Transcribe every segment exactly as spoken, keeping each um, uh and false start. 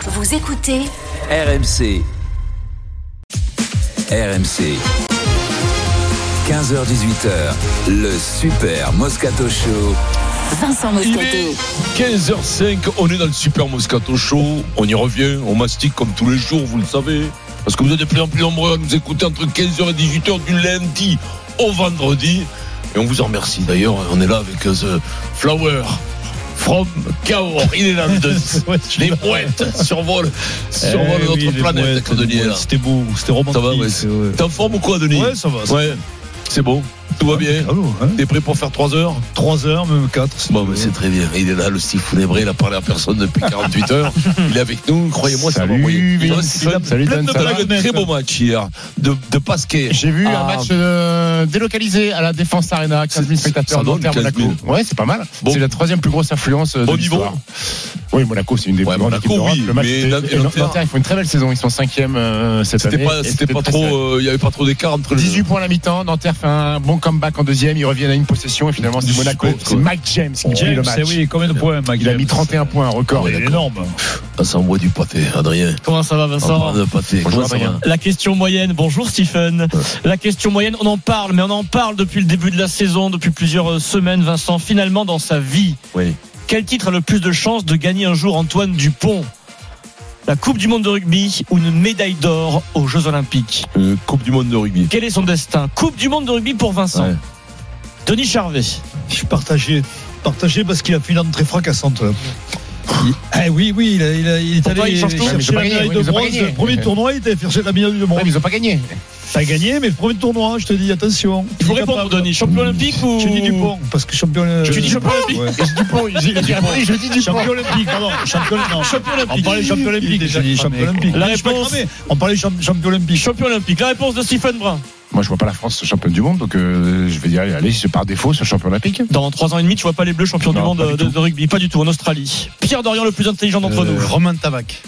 Vous écoutez R M C. R M C. quinze heures dix-huit heures, le Super Moscato Show. Vincent Moscato. Il est quinze heures cinq, on est dans le Super Moscato Show. On y revient, on mastique comme tous les jours, vous le savez. Parce que vous êtes de plus en plus nombreux à nous écouter entre quinze heures et dix-huit heures du lundi au vendredi. Et on vous en remercie. D'ailleurs, on est là avec The Flower from Cahors. Il est là, le les mouettes survolent, survolent eh notre oui, planète. Mouettes, Denis, là. C'était beau, c'était romantique. Ça va, ouais. C'est, ouais. T'es en forme ou quoi, Denis? Ouais, ça va. Ouais, c'est beau. Tout va bien. Allô, hein. T'es prêt pour faire trois heures? trois heures, même quatre. Bon, mais c'est très bien. Il est là, le Steve Founébré. Il a parlé à personne depuis quarante-huit heures. Il est avec nous. Croyez-moi, ça va envoyer. Salut, Dan. Ça va un très beau match hier de, de Pasquet. J'ai vu ah. un match euh, délocalisé à la Défense Arena, quinze mille spectateurs. Nanterre, Monaco. Ouais, c'est pas mal. Bon. C'est la troisième plus grosse affluence de bon l'histoire. Niveau. Oui, Monaco, c'est une des ouais, plus grandes équipes d'Europe. Oui, le match mais était, Nanterre, et Nanterre, ils font une très belle saison. Ils sont cinquième euh, cette c'était année. Pas, c'était, c'était pas trop. Il euh, y avait pas trop d'écart entre les dix-huit points à la mi-temps. Nanterre fait un bon comeback en deuxième. Ils reviennent à une possession et finalement c'est Monaco. C'est Mike James qui gagne le match. Oui, combien de points, Mike Il a mis trente et un points, un record. C'est énorme. Ah, ça envoie du pâté, Adrien. Comment ça va, Vincent? De pâté. Bonjour, Adrien. La question moyenne. Bonjour, Stephen. Ouais. La question moyenne, on en parle, mais on en parle depuis le début de la saison, depuis plusieurs semaines, Vincent. Finalement, dans sa vie, oui. Quel titre a le plus de chances de gagner un jour Antoine Dupont? La Coupe du Monde de rugby ou une médaille d'or aux Jeux Olympiques? euh, Coupe du Monde de rugby. Quel est son destin? Coupe du Monde de rugby pour Vincent. Ouais. Denis Charvet. Je suis partagé. Partagé parce qu'il a fait une entrée fracassante. Il, eh oui, oui, il, a, il, a, il est Pourquoi allé chercher la médaille de bronze. Le premier tournoi, il était cherché la médaille de bronze. Ouais, ils n'ont pas gagné. Ça a gagné, mais le premier tournoi, je te dis, attention. Il faut répondre, Denis. Champion olympique ou. Je dis Dupont, parce que champion. Tu dis champion olympique? Ouais. Je dis Dupont, je dis Dupont. Champion olympique, pardon. Champion, non. Champion olympique. On parlait champion olympique déjà. Champion olympique. La réponse. On parlait champion olympique. Champion olympique. La réponse de Stephen Brun. Moi, je vois pas la France championne du monde, donc euh, je vais dire, allez, c'est par défaut, c'est champion olympique. Dans trois ans et demi, tu vois pas les Bleus champions non, du monde de, de rugby, pas du tout, en Australie. Pierre Dorian, le plus intelligent d'entre euh, nous. Romain Tabac.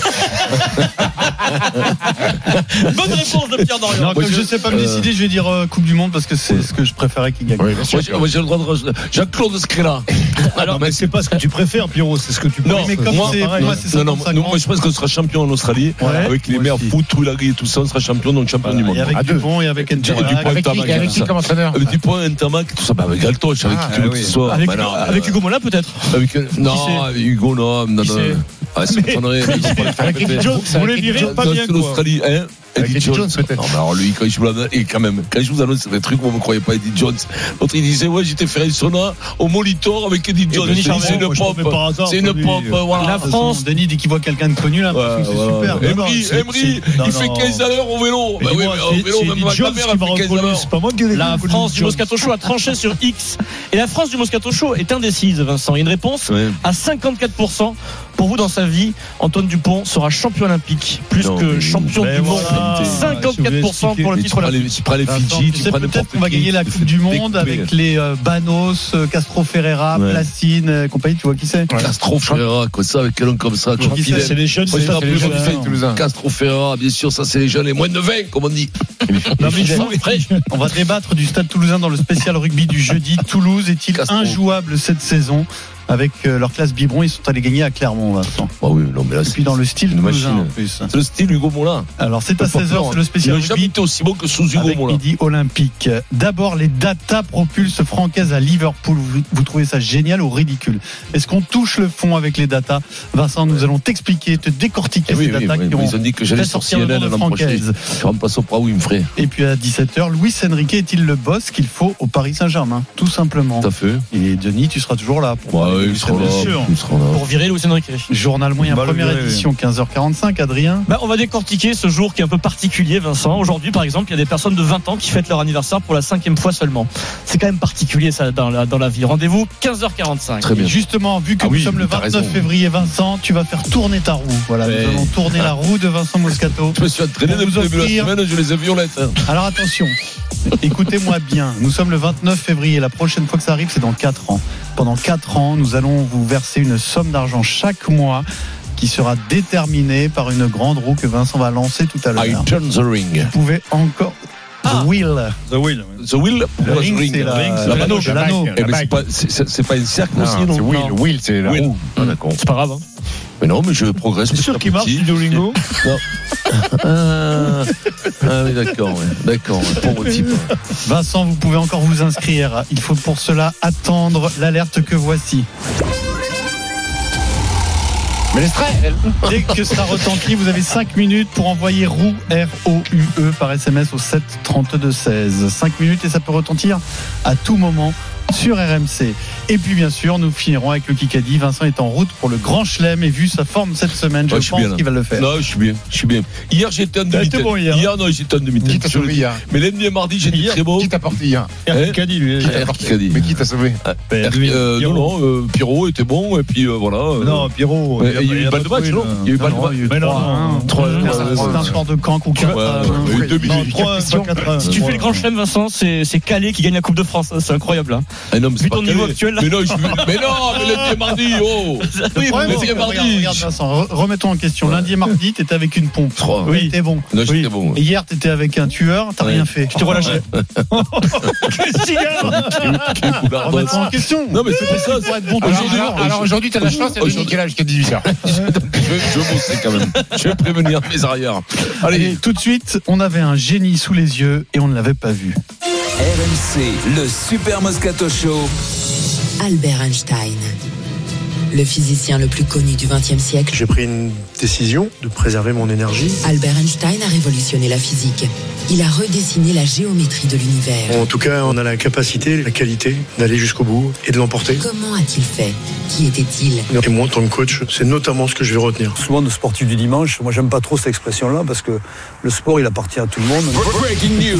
Bonne réponse de Pierre Dorian. Non, comme je ne sais pas me décider, je vais dire euh, Coupe du Monde parce que c'est ouais. ce que je préférais qu'il gagne. Oui, moi, j'ai, moi, j'ai le droit de Jacques-Claude Scrella. Alors, mais c'est pas ce que tu préfères, Pierrot, c'est ce que tu préfères. Non, mais comme moi, c'est, moi, moi, c'est non, non, non, moi, je pense qu'on sera champion en Australie ouais, avec les meilleurs foot, Troulagui et tout ça, on sera champion, donc champion voilà, du monde. Et avec Dupont et avec Ntamak. Avec qui, avec qui comme entraîneur? Avec Dupont, Ntamak, tout ça, avec Galtoche, avec qui tu veux que ce soit. Avec Hugo Mola peut-être. Non, avec Hugo, non, non, non. Ah, c'est une connerie. Avec Eddie Jones, vous voulez virer pas bien, quoi. L'Australie, hein. Eddie Jones, Jones peut-être. Non, mais alors lui, quand je vous l'annonce, et quand même, quand je vous annonce des trucs, vous ne me croyez pas Eddie Jones. L'autre, il disait, ouais, j'étais fait un sauna au Molitor avec Eddie Jones. C'est une pop. C'est une pop, voilà. La France. Denis dit qu'il voit quelqu'un de connu, là. C'est super. Emery, Emery, il fait quinze à l'heure au vélo. Bah oui, mais au vélo, même ma mère, elle fait quinze à l'heure. C'est pas moi qui ai La France du Moscato Show a tranché sur X. Et la France du Moscato Show est indécise, Vincent. Il y a une réponse à cinquante-quatre pour cent. Pour vous, dans sa vie, Antoine Dupont sera champion olympique plus non, que champion du monde. Voilà, cinquante-quatre pour cent pour le titre olympique. Tu prends les Fidji, tu prends peut-être qu'on va gagner la Coupe du Monde avec les euh, Banos, Castro Ferreira, ouais. Placine, euh, compagnie. Tu vois qui c'est? Castro Ferreira, quoi ça, avec un homme comme ça. C'est les jeunes, c'est les jeunes. Castro Ferreira, bien sûr, ça c'est les jeunes, les moins de vingt, comme on dit. Non, mais on va débattre du Stade Toulousain dans le spécial rugby du jeudi. Toulouse est-il injouable cette saison? Avec euh, leur classe biberon, ils sont allés gagner à Clermont, Vincent. Ah oui, non, mais là, et puis dans le style une machine en plus. C'est le style Hugo Mola. Alors c'est à seize heures, c'est le spécial rugby. Il n'a jamais été aussi bon que sous Hugo avec Mola. Midi olympique. D'abord, les data propulsent Francaise à Liverpool. Vous, vous trouvez ça génial ou ridicule? Est-ce qu'on touche le fond avec les data? Vincent, nous allons t'expliquer, te décortiquer oui, ces oui, data oui, qui oui, ont ils ont dit que j'allais sortir L l'an prochain. Je rentre pas au Praoui, il me ferait. Et puis à dix-sept heures, Luis Enrique est-il le boss qu'il faut au Paris Saint-Germain? Tout simplement. Tout à fait. Et Denis, tu seras toujours là pour ouais, oui, il sera là. Pour virer Luis Enrique. Journal moyen, bah, première virer, édition, oui. quinze heures quarante-cinq, Adrien. Bah, on va décortiquer ce jour qui est un peu particulier, Vincent. Aujourd'hui, par exemple, il y a des personnes de vingt ans qui fêtent leur anniversaire pour la cinquième fois seulement. C'est quand même particulier, ça, dans la, dans la vie. Rendez-vous, quinze heures quarante-cinq. Très bien. Et justement, vu que ah nous oui, sommes le vingt-neuf février, Vincent, tu vas faire tourner ta roue. Voilà, ouais. Nous allons tourner la roue de Vincent Moscato. Je me suis entraîné depuis le début de la semaine, je les ai violettes. Hein. Alors attention, écoutez-moi bien. Nous sommes le vingt-neuf février. La prochaine fois que ça arrive, c'est dans quatre ans. Pendant quatre ans, nous allons vous verser une somme d'argent chaque mois qui sera déterminée par une grande roue que Vincent va lancer tout à l'heure. I turn the ring. Vous pouvez encore... Ah. The wheel. The wheel. The wheel. Le ring, ring, c'est la, ring, c'est la, la, la, l'anneau. Eh ben c'est, pas, c'est, c'est pas une cercle non, aussi, non? C'est wheel. Wheel, c'est la wheel. roue. Ah, d'accord. C'est pas grave. Hein. Mais non, mais je progresse. C'est sûr qu'il marche, Duolingo. Non. Ah, ah oui, d'accord, ouais. d'accord, ouais. Pauvre type. Vincent, vous pouvez encore vous inscrire. Il faut pour cela attendre l'alerte que voici. Mais les traits, dès que ça retentit, vous avez cinq minutes pour envoyer roue R O U E par S M S au sept trente-deux seize. cinq minutes et ça peut retentir à tout moment sur R M C. Et puis bien sûr, nous finirons avec le Kikadi. Vincent est en route pour le Grand Chelem et vu sa forme cette semaine, je ouais, je pense bien, qu'il va le faire. Non, je suis bien, je suis bien. Hier, j'étais en demi-tête. Bon hier. hier, non, j'étais en demi-tête. Qui t'a sauvé hier? Mais lundi et mardi, j'étais hier, très bon. Qui t'a porté hier? Kikadi, lui. Kikadi. Mais qui t'a sauvé? Euh, euh, non, non, euh, Pierrot était bon et puis euh, voilà. Euh, non, Pierrot. Il y a eu une balle de match, non? Il y a eu balle de match. Mais non, trois. C'est un sport de camp ou quatre. Si tu fais le Grand Chelem, Vincent, c'est Calais qui gagne la Coupe de France. C'est incroyable. Vu ton niveau actuel. Mais non, je... mais non, mais lundi et mardi, oh. Oui, lundi et mardi. Regarde, Vincent, remettons en question. Lundi et mardi, t'étais avec une pompe. Oui, t'étais bon. Non, j'étais bon. Et hier, t'étais avec un tueur. T'as rien fait. Tu t'es relâché. Remettons en question. Non, mais c'était ça. Pour être bon. Alors aujourd'hui, t'as la chance. Elle est nickel jusqu'à dix-huit heures. Je vais bosser quand même. Je vais prévenir mes arrières. Allez, tout de suite, on avait un génie sous les yeux et on ne l'avait pas vu. R M C, le Super Moscato Show. Albert Einstein, le physicien le plus connu du vingtième siècle. J'ai pris une décision de préserver mon énergie. Albert Einstein a révolutionné la physique. Il a redessiné la géométrie de l'univers. En tout cas, on a la capacité, la qualité d'aller jusqu'au bout et de l'emporter. Comment a-t-il fait? Qui était-il? Et moi, en tant que coach, c'est notamment ce que je vais retenir. Souvent, nos sportifs du dimanche, moi, j'aime pas trop cette expression-là parce que le sport, il appartient à tout le monde. Breaking news.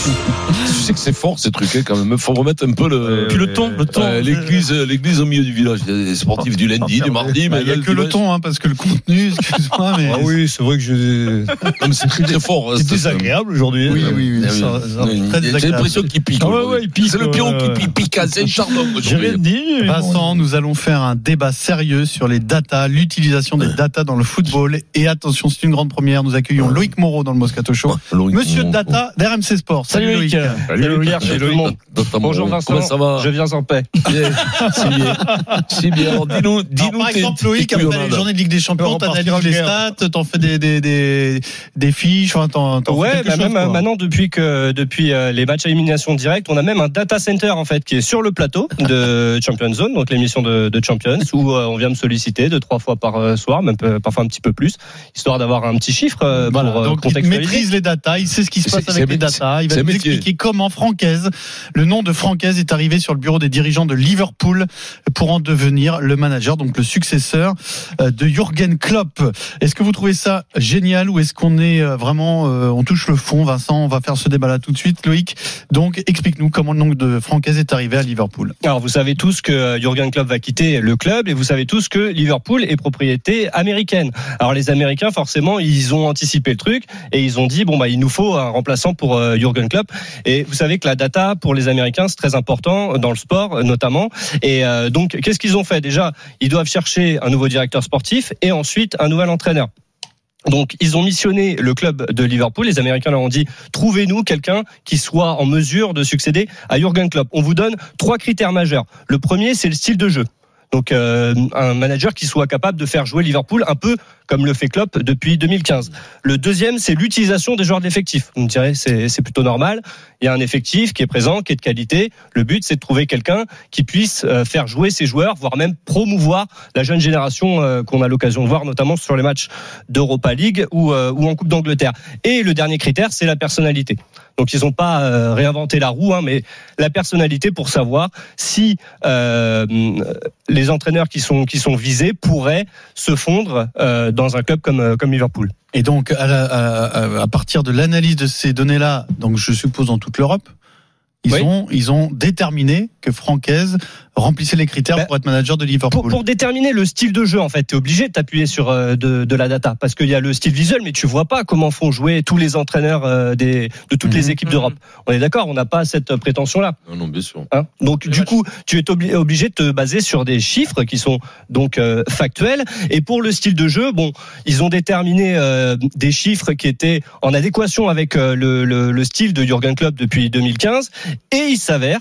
Tu sais que c'est fort ces trucs, hein, quand même. Il faut remettre un peu le. Puis le ton, le ton. Euh, l'église, l'église au milieu du village. Il y a des sportifs du lundi, du mardi, mais il n'y a que le ton, hein, parce que le contenu, excuse-moi, mais. Ah oui, c'est vrai que je. C'est très fort. C'est désagréable aujourd'hui. Oui, oui, oui. J'ai l'impression qu'il pique. Ah ouais, ouais, il pique. C'est le Pierrot qui pique, pique, c'est un charbon. J'ai rien dit. Vincent, nous allons faire un débat sérieux sur les datas, l'utilisation des datas dans le football. Et attention, c'est une grande première. Nous accueillons Loïc Moreau dans le Moscato Show. Monsieur Data d'R M C Sport. Salut Loïc. Salut Loïc. Salut Loïc. Bonjour Vincent. Comment ça va? Je viens en paix. C'est bien. C'est bien. Alors, dis-nous, dis-nous. Par exemple, Loïc, après les journées de Ligue des Champions, t'analyses les stats, t'en fais des, des, des, des fiches, t'en, t'en ouais, fais quelque bah chose, même quoi. Maintenant, depuis que, depuis euh, les matchs à élimination directe, on a même un data center, en fait, qui est sur le plateau de Champions Zone, donc l'émission de, de Champions, où euh, on vient me solliciter deux, trois fois par euh, soir, même peu, parfois un petit peu plus, histoire d'avoir un petit chiffre euh, voilà, pour euh, donc contextualiser. il maîtrise les datas, il sait ce qui se passe C'est- avec c'est- les datas, il va c'est nous métier. expliquer comment Francaise, le nom de Francaise est arrivé sur le bureau des dirigeants de Liverpool pour en devenir le manager, donc le successeur euh, de Jürgen Klopp. Est-ce que vous trouvez ça génial ou est-ce qu'on est euh, vraiment, euh, on touche le fond? Vincent, on va faire ce débat-là tout de suite. Loïc, donc explique-nous comment le nom de Francaise est arrivé à Liverpool. Alors, vous savez tous que Jürgen Klopp va quitter le club et vous savez tous que Liverpool est propriété américaine. Alors, les Américains, forcément, ils ont anticipé le truc et ils ont dit, bon, bah, il nous faut un remplaçant pour euh, Jürgen Klopp. Et vous savez que la data, pour les Américains, c'est très important dans le sport, notamment. Et euh, donc, qu'est-ce qu'ils ont fait? Déjà, ils doivent chercher un nouveau directeur sportif et ensuite un nouvel entraîneur. Donc, ils ont missionné le club de Liverpool. Les Américains leur ont dit, trouvez-nous quelqu'un qui soit en mesure de succéder à Jürgen Klopp. On vous donne trois critères majeurs. Le premier, c'est le style de jeu. Donc, euh, un manager qui soit capable de faire jouer Liverpool un peu comme le fait Klopp depuis deux mille quinze. Le deuxième, c'est l'utilisation des joueurs de l'effectif. Vous me direz, c'est, c'est plutôt normal. Il y a un effectif qui est présent, qui est de qualité. Le but, c'est de trouver quelqu'un qui puisse euh, faire jouer ses joueurs, voire même promouvoir la jeune génération euh, qu'on a l'occasion de voir, notamment sur les matchs d'Europa League ou, euh, ou en Coupe d'Angleterre. Et le dernier critère, c'est la personnalité. Donc, ils n'ont pas euh, réinventé la roue, hein, mais la personnalité pour savoir si euh, les entraîneurs qui sont, qui sont visés pourraient se fondre euh, dans un club comme, comme Liverpool. Et donc, à, la, à, à partir de l'analyse de ces données-là, donc je suppose dans toute l'Europe, ils, oui. ont, ils ont déterminé que Francaise remplissait les critères bah, pour être manager de Liverpool. Pour, pour déterminer le style de jeu, en fait, tu es obligé de t'appuyer sur euh, de, de la data, parce qu'il y a le style visuel, mais tu vois pas comment font jouer tous les entraîneurs euh, des, de toutes mmh. les équipes d'Europe. On est d'accord, on n'a pas cette prétention-là. Non, non, bien sûr. Hein donc, du coup, tu es obli- obligé de te baser sur des chiffres qui sont donc euh, factuels. Et pour le style de jeu, bon, ils ont déterminé euh, des chiffres qui étaient en adéquation avec euh, le, le, le style de Jürgen Klopp depuis deux mille quinze, et il s'avère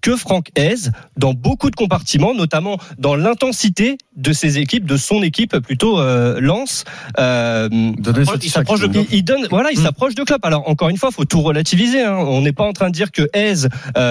que Franck Hez dans beaucoup de compartiments, notamment dans l'intensité de ses équipes, de son équipe plutôt euh, Lens. Euh, il s'approche de il, il donne, voilà, il mmh. s'approche de Klopp. Alors encore une fois, faut tout relativiser. Hein. On n'est pas en train de dire que Hez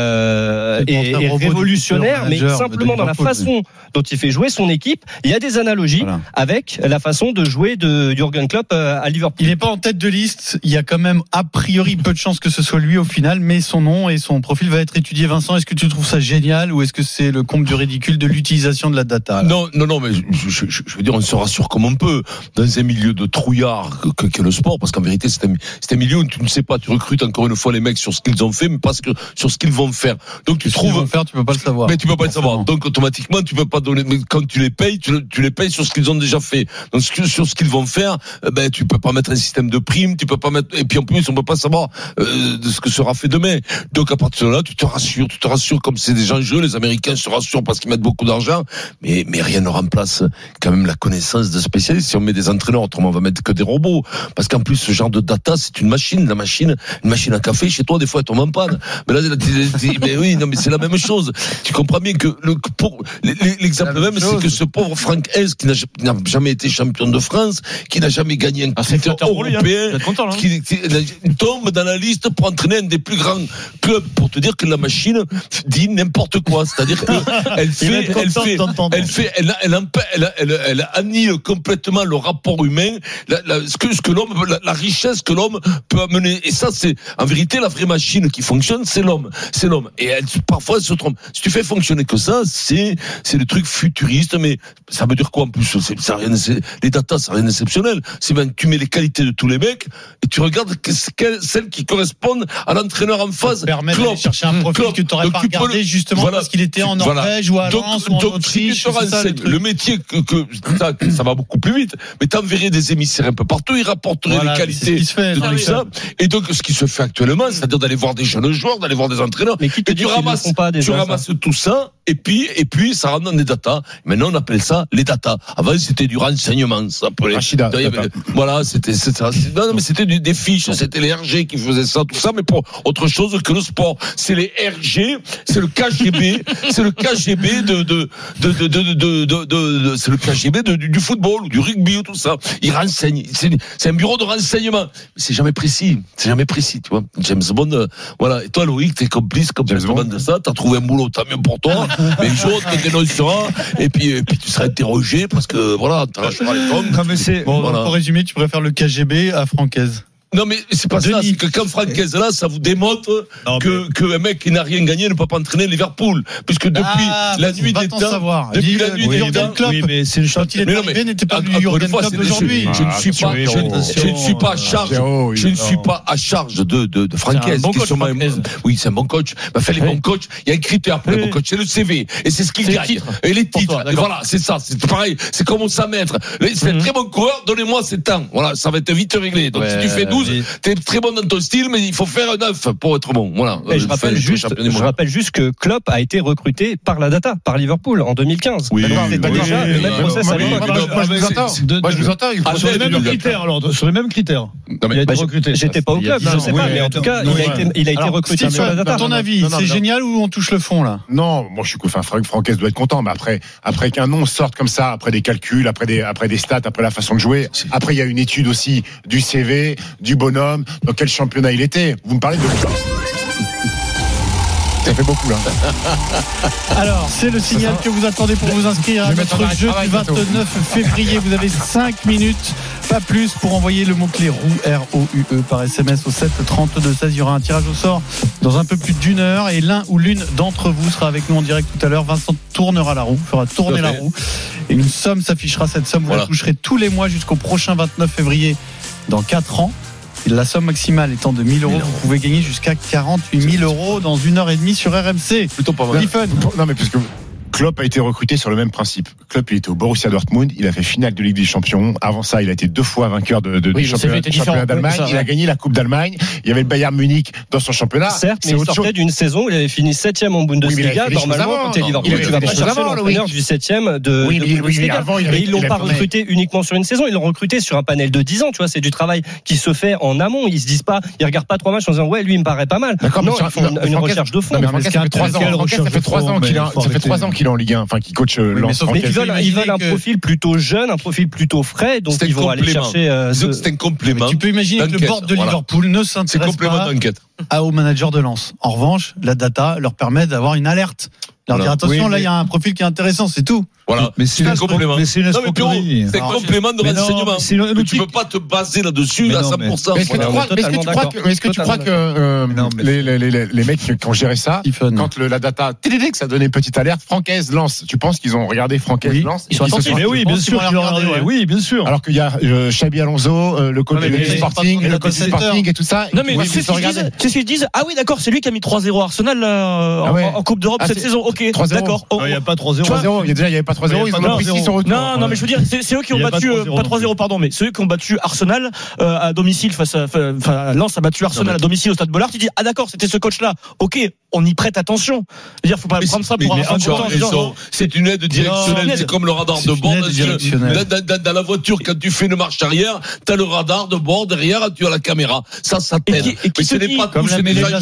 euh, est, est révolutionnaire, mais simplement dans la façon dont il fait jouer son équipe, il y a des analogies voilà. avec la façon de jouer de Jürgen Klopp à Liverpool. Il n'est pas en tête de liste. Il y a quand même a priori peu de chances que ce soit lui au final, mais son nom et son profil va être étudié. Vincent, est-ce que tu trouves ça génial ou est-ce que c'est le comble du ridicule de l'utilisation de la data là? Non, non, non, mais je, je, je, je veux dire, on se rassure comme on peut dans un milieu de trouillard que, que le sport, parce qu'en vérité, c'est un, c'est un milieu où tu ne sais pas, tu recrutes encore une fois les mecs sur ce qu'ils ont fait, mais pas sur ce qu'ils vont faire. Donc tu ce trouves, qu'ils vont faire, tu peux pas le savoir. Mais tu peux pas le savoir. Donc automatiquement, tu peux pas donner. Mais quand tu les payes, tu, tu les payes sur ce qu'ils ont déjà fait. Donc sur ce qu'ils vont faire, ben tu peux pas mettre un système de primes, tu peux pas mettre. Et puis en plus, on peut pas savoir euh, de ce que sera fait demain. Donc à partir de là, tu te rassures, tu te rassures comme c'est des enjeux. Les Américains se rassurent parce qu'ils mettent beaucoup d'argent, mais mais rien ne remplace quand même la connaissance de spécialistes. Si on met des entraîneurs, autrement on va mettre que des robots. Parce qu'en plus, ce genre de data, c'est une machine, la machine, une machine à café. Chez toi, des fois, elle tombe en panne. Mais là, mais oui, non, mais c'est la même chose. Tu comprends bien que le pour l'exemple même, c'est que ce pauvre Franck Hez qui n'a jamais été champion de France, qui n'a jamais gagné un ah, titre européen, hein. content, hein. qui, qui tombe dans la liste pour entraîner un des plus grands clubs, pour te dire que la machine dit n'importe quoi. C'est-à-dire qu'elle fait, elle fait, elle fait, elle, elle, elle, elle, elle annule complètement le rapport humain, la, la, ce que, ce que l'homme, la, la richesse que l'homme peut amener. Et ça, c'est, en vérité, la vraie machine qui fonctionne, c'est l'homme. C'est l'homme. Et elle, parfois, elle se trompe. Si tu fais fonctionner que ça, c'est, c'est des trucs futuristes, mais ça veut dire quoi en plus? C'est, ça rien, c'est, les datas, c'est rien d'exceptionnel. C'est ben, tu mets les qualités de tous les mecs et tu regardes que, que, celles qui correspondent à l'entraîneur en face. Ça permet d'aller chercher un profil Klopp. Que tu n'aurais pas regardé le, justement voilà, parce qu'il était en Norvège voilà. ou à Lens ou en Autriche. Donc, si tu te le, le métier que, que ça, ça va beaucoup plus vite, mais t'enverrais des émissaires un peu partout, ils rapporteraient voilà, les qualités fait, de tout ça. Et donc, ce qui se fait actuellement, c'est-à-dire d'aller voir des jeunes joueurs, d'aller voir des entraîneurs. Mais qui te et dit tu ramasses, pas tu ramasses tout ça, et puis, et puis, ça rentre dans des datas. Maintenant, on appelle ça les datas. Avant, c'était du renseignement, ça appelait. Rachida, voilà, c'était, c'était ça. Non, non, mais c'était du, des fiches, c'était les R G qui faisaient ça, tout ça, mais pour autre chose que le sport. C'est les R G, c'est le K G B, c'est le K G B de, de, de, de, de, de, de, de c'est le K G B de, du, du football ou du rugby ou tout ça. Ils renseignent. C'est, c'est un bureau de renseignement. Mais c'est jamais précis. C'est jamais précis, tu vois. James Bond, euh, voilà. Et toi, Loïc, t'es complice complètement de ça. T'as trouvé un boulot, tant mieux pour toi. Mais un jour, tu te dénonceras. Et puis, et puis, tu seras interrogé parce que, voilà, t'arracheras les tombes. Non, mais c'est, bon, voilà. Pour résumer, tu préfères le K G B à Francaise. Non mais c'est pas Denis. Ça, c'est que quand Franck Hez là, ça vous démontre non, que, que un mec qui n'a rien gagné ne peut pas entraîner Liverpool, puisque depuis ah, la nuit des temps, savoir. depuis Dis, la nuit oui, des temps, oui, mais c'est le chantier il est arrivé, n'était pas le Jürgen Klopp d'aujourd'hui. Je ne suis pas, je ne suis pas à charge, je ne suis pas à charge de de de Franck Hez. Oui, c'est un bon coach. Mais fait les bons coachs, il y a un critère pour les bons coachs, c'est le C V, et c'est ce qu'il gagne. Et les titres, voilà, c'est ça, c'est pareil, c'est comme au cent mètres. C'est un très bon coureur, donnez-moi sept ans, voilà, ça va être vite réglé. Donc si tu fais douze, t'es très bon dans ton style, mais il faut faire un neuf pour être bon. Voilà. Et je rappelle juste, je rappelle juste que Klopp a été recruté par la data, par Liverpool en deux mille quinze. Oui. C'était oui, déjà oui, le même oui, process à l'époque. Moi, je vous attends. Moi, je vous attends. Sur les mêmes critères, alors. Sur les mêmes critères. Il a été recruté. J'étais pas au club, je sais pas, mais en tout cas, il a été, il a été recruté par la data. À ton avis, c'est génial ou on touche le fond, là? Non, moi, je suis, enfin, Franck Hez doit être content, mais après, après qu'un nom sorte comme ça, après des calculs, après des, après des stats, après la façon de jouer, après, il y a une étude aussi du C V, du bonhomme, dans quel championnat il était. Vous me parlez de ça. Ça fait beaucoup là. Alors, c'est le signal que vous attendez pour vous inscrire à notre jeu du vingt-neuf février. Vous avez cinq minutes, pas plus, pour envoyer le mot-clé roue, R O U E, par S M S au sept trente-deux seize. Il y aura un tirage au sort dans un peu plus d'une heure et l'un ou l'une d'entre vous sera avec nous en direct tout à l'heure. Vincent tournera la roue, fera tourner la roue et une somme s'affichera. Cette somme, vous voilà. la toucherez tous les mois jusqu'au prochain vingt-neuf février dans quatre ans. La somme maximale étant de mille euros, vous pouvez gagner jusqu'à quarante-huit mille euros dans une heure et demie sur R M C. Plutôt pas mal. Non, mais puisque Klopp a été recruté sur le même principe. Klopp, il était au Borussia Dortmund, il a fait finale de Ligue des Champions. Avant ça, il a été deux fois vainqueur de, de, oui, du championnat, championnat d'Allemagne. Ça, il a gagné la Coupe d'Allemagne. Il y avait le Bayern Munich dans son championnat. Certes, mais il sortait d'une saison où il avait fini septième en Bundesliga. Oui, Normalement, quand t'es Liverpool, tu vas pas chercher l'entraîneur du septième de, oui, de oui, Bundesliga. Oui, avant, il avait, et ils l'ont il pas avait... recruté uniquement sur une saison, ils l'ont recruté sur un panel de dix ans. Tu vois, c'est du travail qui se fait en amont. Ils se disent pas, ils regardent pas trois matchs en disant ouais, lui il me paraît pas mal. D'accord, non, mais ils font une, une recherche de fond. Non, mais ça fait trois ans. Ça fait trois ans qu'il ça fait trois ans qu'il est en Ligue un, enfin qu'il coach Lens. Mais ils veulent, ils veulent un profil plutôt jeune, un profil plutôt frais, donc ils vont aller chercher. C'est un complément. Tu peux imaginer que le board de Liverpool ne s'intéresse pas au manager de Lens. En revanche, la data leur permet d'avoir une alerte. Alors dire attention, là il y a un profil qui est intéressant, c'est tout. Voilà, mais c'est un complément. Mais c'est une escroquerie. C'est un complément de renseignement. Mais tu peux pas te baser là-dessus à cent pour cent. Est-ce que tu crois, est-ce que tu crois que, est-ce que tu crois que euh, les, les, les, les mecs qui ont géré ça, quand le, la data, que ça donnait une petite alerte, Francaise Lens, tu penses qu'ils ont regardé Francaise Lens? Ils sont attentifs. Mais oui, bien sûr, oui, bien sûr. Alors qu'il y a euh, Xabi Alonso, euh, le coach du Sporting, le coach du Sporting et tout ça. Non mais c'est ce qu'ils disent. Ah oui, d'accord, c'est lui qui a mis trois zéro Arsenal en Coupe d'Europe cette saison. Ok, d'accord. Il n'y a pas trois zéro. trois zéro, il y a déjà il y avait pas trois zéro, ils ont pris six sur retour. Non, non, mais je veux dire, c'est, c'est eux qui ont battu, pas trois zéro, pardon, mais c'est eux qui ont battu Arsenal euh, à domicile face à, enfin, Lens a battu Arsenal non, mais... à domicile au Stade Bollard. Tu dis, ah d'accord, c'était ce coach-là. Ok, on y prête attention. Je veux dire, faut pas mais prendre ça pour un temps. C'est une aide directionnelle, c'est comme le radar de bord. Dans, dans, dans la voiture, quand tu fais une marche arrière, t'as le radar de bord derrière, tu as la caméra. Ça, ça t'aide. Et qui, et qui mais ce n'est pas tout. C'est déjà.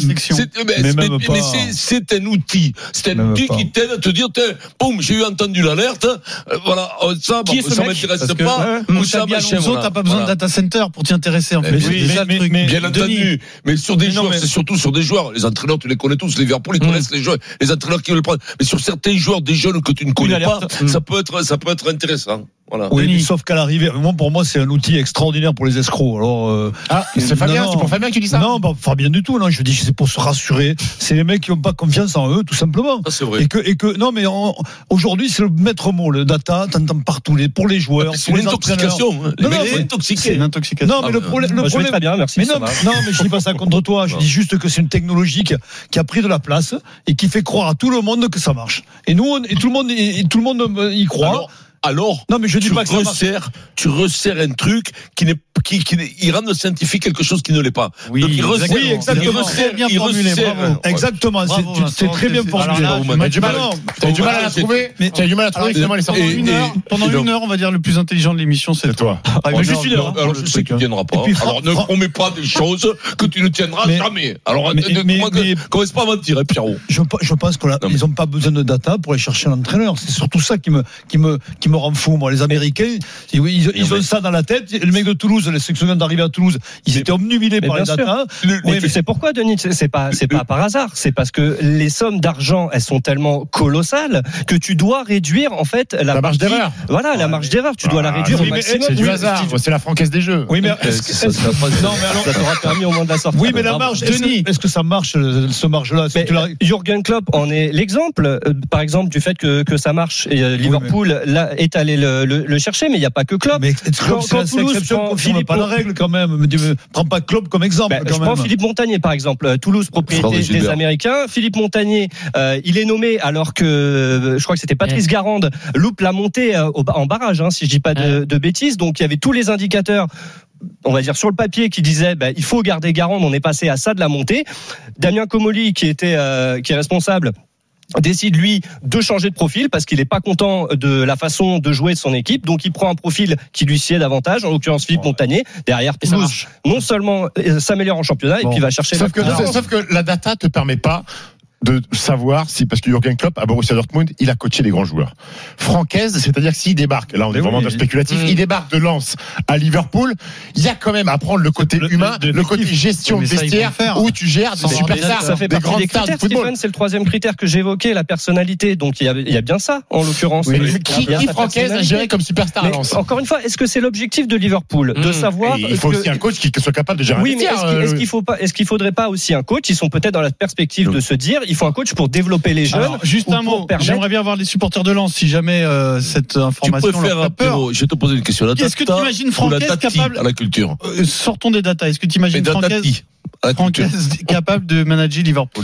Mais c'est un outil. C'est un outil qui t'aide à te dire, boum, j'ai eu entendu l'alerte. Voilà, ça, qui bon, ça m'intéresse que, pas. Euh, Moussa Alonso, t'as pas besoin voilà. de data center pour t'y intéresser. En fait. Mais, oui, mais, mais, mais, bien entendu. Denis. Mais sur des mais joueurs, non, mais... c'est surtout sur des joueurs. Les entraîneurs, tu les connais tous. Les Liverpool, ils mmh. connaissent les joueurs, les entraîneurs qui veulent le prendre. Mais sur certains joueurs, des jeunes que tu ne connais pas, mmh. ça peut être, ça peut être intéressant. Voilà. Oui, mais sauf qu'à l'arrivée, moi, pour moi, c'est un outil extraordinaire pour les escrocs. Alors, euh, ah, c'est Fabien, c'est pour Fabien que tu dis ça? Non, pas Fabien du tout. Non, je dis, c'est pour se rassurer. C'est les mecs qui n'ont pas confiance en eux, tout simplement. Ça, c'est vrai. Et que, et que, non, mais on, aujourd'hui, c'est le maître mot, le data. T'entends partout les, pour les joueurs, c'est pour une les intoxication. Non, mais non, c'est intoxiqué. C'est une intoxication. Non, mais le problème, le problème. Très bien, merci. Mais non, non, mais je dis pas ça contre toi. Je dis juste que c'est une technologie qui a, qui a pris de la place et qui fait croire à tout le monde que ça marche. Et nous, on, et tout le monde, et tout le monde y croit. Alors, alors non mais je dis tu pas que ça resserres, tu resserres un truc qui n'est qui, qui il rend scientifique quelque chose qui ne l'est pas. Oui, donc il resserre, oui exactement. Il resserre, bien il formulé, resserre, bravo. Exactement, bravo, c'est, Vincent, c'est très bien formulé. T'as du mal, t'as du mal à la trouver. T'as du mal à trouver. Finalement, les pendant une heure, pendant une heure, on va dire le plus intelligent de l'émission, c'est toi. Juste une heure. Alors je sais que tu tiendras pas. Alors ne promets pas des choses que tu ne tiendras jamais. Alors commence pas à mentir, Pierrot. Je pense qu'ils n'ont pas besoin de data pour aller chercher l'entraîneur. C'est surtout ça qui me qui me qui me rend fou, moi. Les Américains, ils, ils, ils ont ça dans la tête. Le mec de Toulouse, les sections d'arriver à Toulouse, ils mais, étaient omnubilés par les data. Le, oui, mais c'est pourquoi, Denis, c'est pas, c'est pas par hasard. C'est parce que les sommes d'argent, elles sont tellement colossales que tu dois réduire, en fait, la, la marge d'erreur. Voilà, ouais, la marge d'erreur, tu dois ah, la réduire oui, au maximum. C'est du hasard. C'est la francaise des jeux. Oui, mais est-ce que ça, ça, non, mais alors, ça t'aura permis au moins de la sortir. Oui, mais la marge, Denis, est-ce que ça marche, ce marge-là? Jürgen Klopp en est l'exemple, par exemple, du fait que, que ça marche. Et Liverpool, là, est allé le, le, le chercher, mais il n'y a pas que Klopp. Mais quand, c'est quand Toulouse prend Philippe, pas la règle quand même. Me prends pas Klopp comme exemple. Ben, quand je même. prends Philippe Montagnier par exemple. Toulouse, propriété des Américains. Philippe Montagnier, euh, il est nommé alors que euh, je crois que c'était Patrice Garande loupe la montée euh, en barrage, hein, si je dis pas de, de bêtises. Donc il y avait tous les indicateurs, on va dire sur le papier, qui disait bah, il faut garder Garande. On est passé à ça de la montée. Damien Comolli, qui était euh, qui est responsable, décide lui de changer de profil parce qu'il n'est pas content de la façon de jouer de son équipe, donc il prend un profil qui lui sied davantage, en l'occurrence Philippe Montagnier. Derrière, Toulouse non seulement s'améliore en championnat bon. et puis va chercher sauf la que, sauf que la data te permet pas de savoir si, parce que Jürgen Klopp à Borussia Dortmund, il a coaché des grands joueurs. Francaise, c'est-à-dire que s'il débarque, là on est vraiment dans le spéculatif, mmh. il débarque de Lens à Liverpool, il y a quand même à prendre le côté le, humain, le, le, le côté gestion de vestiaire, où tu gères des superstars, ça fait des partie des critères, Stephen, c'est le troisième critère que j'évoquais, la personnalité. Donc il y a, il y a bien ça, en l'occurrence. Oui, mais qui, qui Francaise a géré comme superstar à Lens? Encore une fois, est-ce que c'est l'objectif de Liverpool, de savoir? Il faut aussi un coach qui soit capable de gérer un vestiaire. Oui, mais est-ce qu'il faut pas, est-ce qu'il faudrait pas aussi un coach? Ils sont peut-être dans la perspective de se dire, il faut un coach pour développer les jeunes. Alors, juste un mot, permettre... j'aimerais bien voir les supporters de Lens si jamais euh, cette information tu leur fait peur. Je vais te poser une question. La Est-ce que tu imagines Francaise capable à la culture euh, sortons des datas. Est-ce que tu imagines Francaise Francaise capable de manager Liverpool?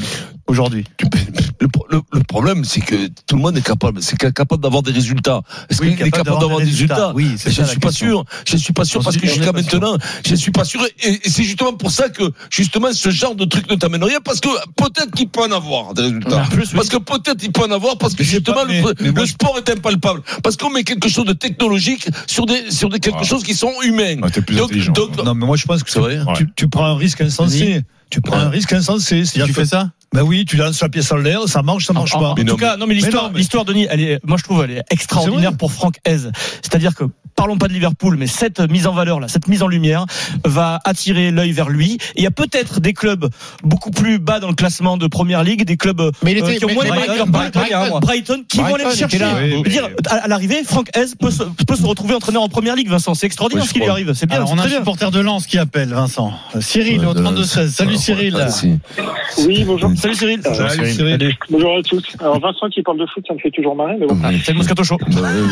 aujourd'hui. Le, le, le problème, c'est que tout le monde est capable, c'est capable d'avoir des résultats. Est-ce oui, qu'il est capable d'avoir des résultats, résultats Oui, c'est je ne suis pas sûr. Je ne suis pas sûr parce que jusqu'à maintenant, je ne suis pas sûr. Et, et c'est justement pour ça que justement ce genre de truc ne t'amène rien, parce que peut-être qu'il peut en avoir des résultats. Plus, parce oui. que peut-être il peut en avoir, parce que justement pas, mais, le, mais le sport est impalpable. Parce qu'on met quelque chose de technologique sur des sur des quelque ah. chose qui sont humains. Ah, t'es plus donc, donc, non, mais moi je pense que c'est vrai. Tu, tu prends un risque insensé. Oui. Tu prends ouais. un risque insensé. Si tu fais ça? Ben oui, tu lances la pièce en l'air, ça marche, ça marche en, pas. En, en tout cas, non mais l'histoire, mais non, mais... l'histoire Denis, elle est, moi je trouve, elle est extraordinaire pour Franck Hez. C'est-à-dire que parlons pas de Liverpool, mais cette mise en valeur là, cette mise en lumière va attirer l'œil vers lui. Et il y a peut-être des clubs beaucoup plus bas dans le classement de Première Ligue, des clubs mais il était, euh, qui ont moins les Brighton, Brighton, Brighton, Brighton, qui Brighton, vont aller le chercher. Là, oui, oui, dire, oui. à, à l'arrivée, Franck Hez peut se, peut se retrouver entraîneur en Première Ligue. Vincent, c'est extraordinaire oui, ce qui lui arrive. C'est bien. Alors, on a un supporter de Lens qui appelle Vincent. Cyril au trente-deux seize. Salut Cyril. Oui, bonjour. Salut Cyril. Salut Cyril. Bonjour à tous. Alors Vincent qui parle de foot, ça me fait toujours marrer, mais bon. C'est le Moscato Show.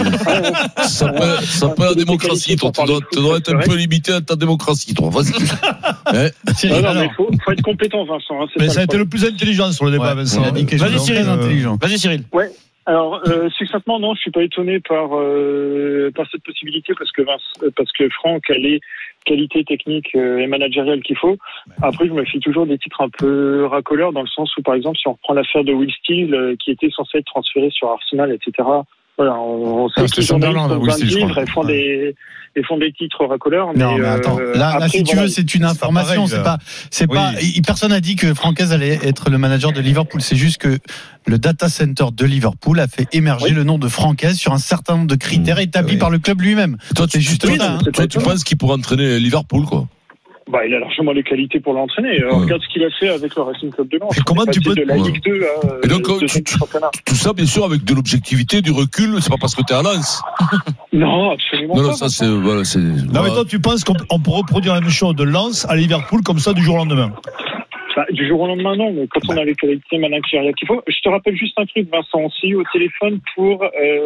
Ça peut, ça peut la démocratie. Toi, tu dois, tu dois être un peu limité à ta démocratie, toi. Vas-y. Ouais. Non, non, mais faut, faut être compétent, Vincent. Hein, mais ça a été le plus intelligent sur le débat, ouais, Vincent. Vas-y, Cyril. Intelligent. Vas-y, Cyril. Ouais. Alors, euh, succinctement, non, je suis pas étonné par euh, par cette possibilité parce que Vince, parce que Franck a les qualités techniques euh, et managériales qu'il faut. Après, je me fie toujours des titres un peu racoleurs dans le sens où, par exemple, si on reprend l'affaire de Will Steele, euh, qui était censé être transféré sur Arsenal, et cetera. Voilà, on, on sait que les journalistes font plein de livres et font des, et font des titres racoleurs. Mais, non, mais attends. Euh, là, après, là, si tu voilà, veux, c'est une information. C'est pas, c'est pas, c'est oui. pas, personne n'a dit que Franck Hez allait être le manager de Liverpool. C'est juste que le data center de Liverpool a fait émerger oui. le nom de Franck Hez sur un certain nombre de critères établis oui. par le club lui-même. Toi, c'est juste oui, ça. Hein. Toi, tu penses qu'il pourrait entraîner Liverpool, quoi? Bah, il a largement les qualités pour l'entraîner. Ouais. Regarde ce qu'il a fait avec le Racing Club de Lens. Et comment tu peux de la ouais. Ligue deux à et donc, de tu, tu, tout ça, bien sûr, avec de l'objectivité, du recul. C'est pas parce que t'es à Lens. Non, absolument non, pas. Non, ça c'est, voilà, c'est. Non, voilà. Mais toi, tu penses qu'on on peut reproduire la même chose de Lens à Liverpool comme ça du jour au lendemain? Bah, du jour au lendemain, non, mais quand bah. on a les qualités managériales qu'il faut. Je te rappelle juste un truc, Vincent. On s'est eu au téléphone pour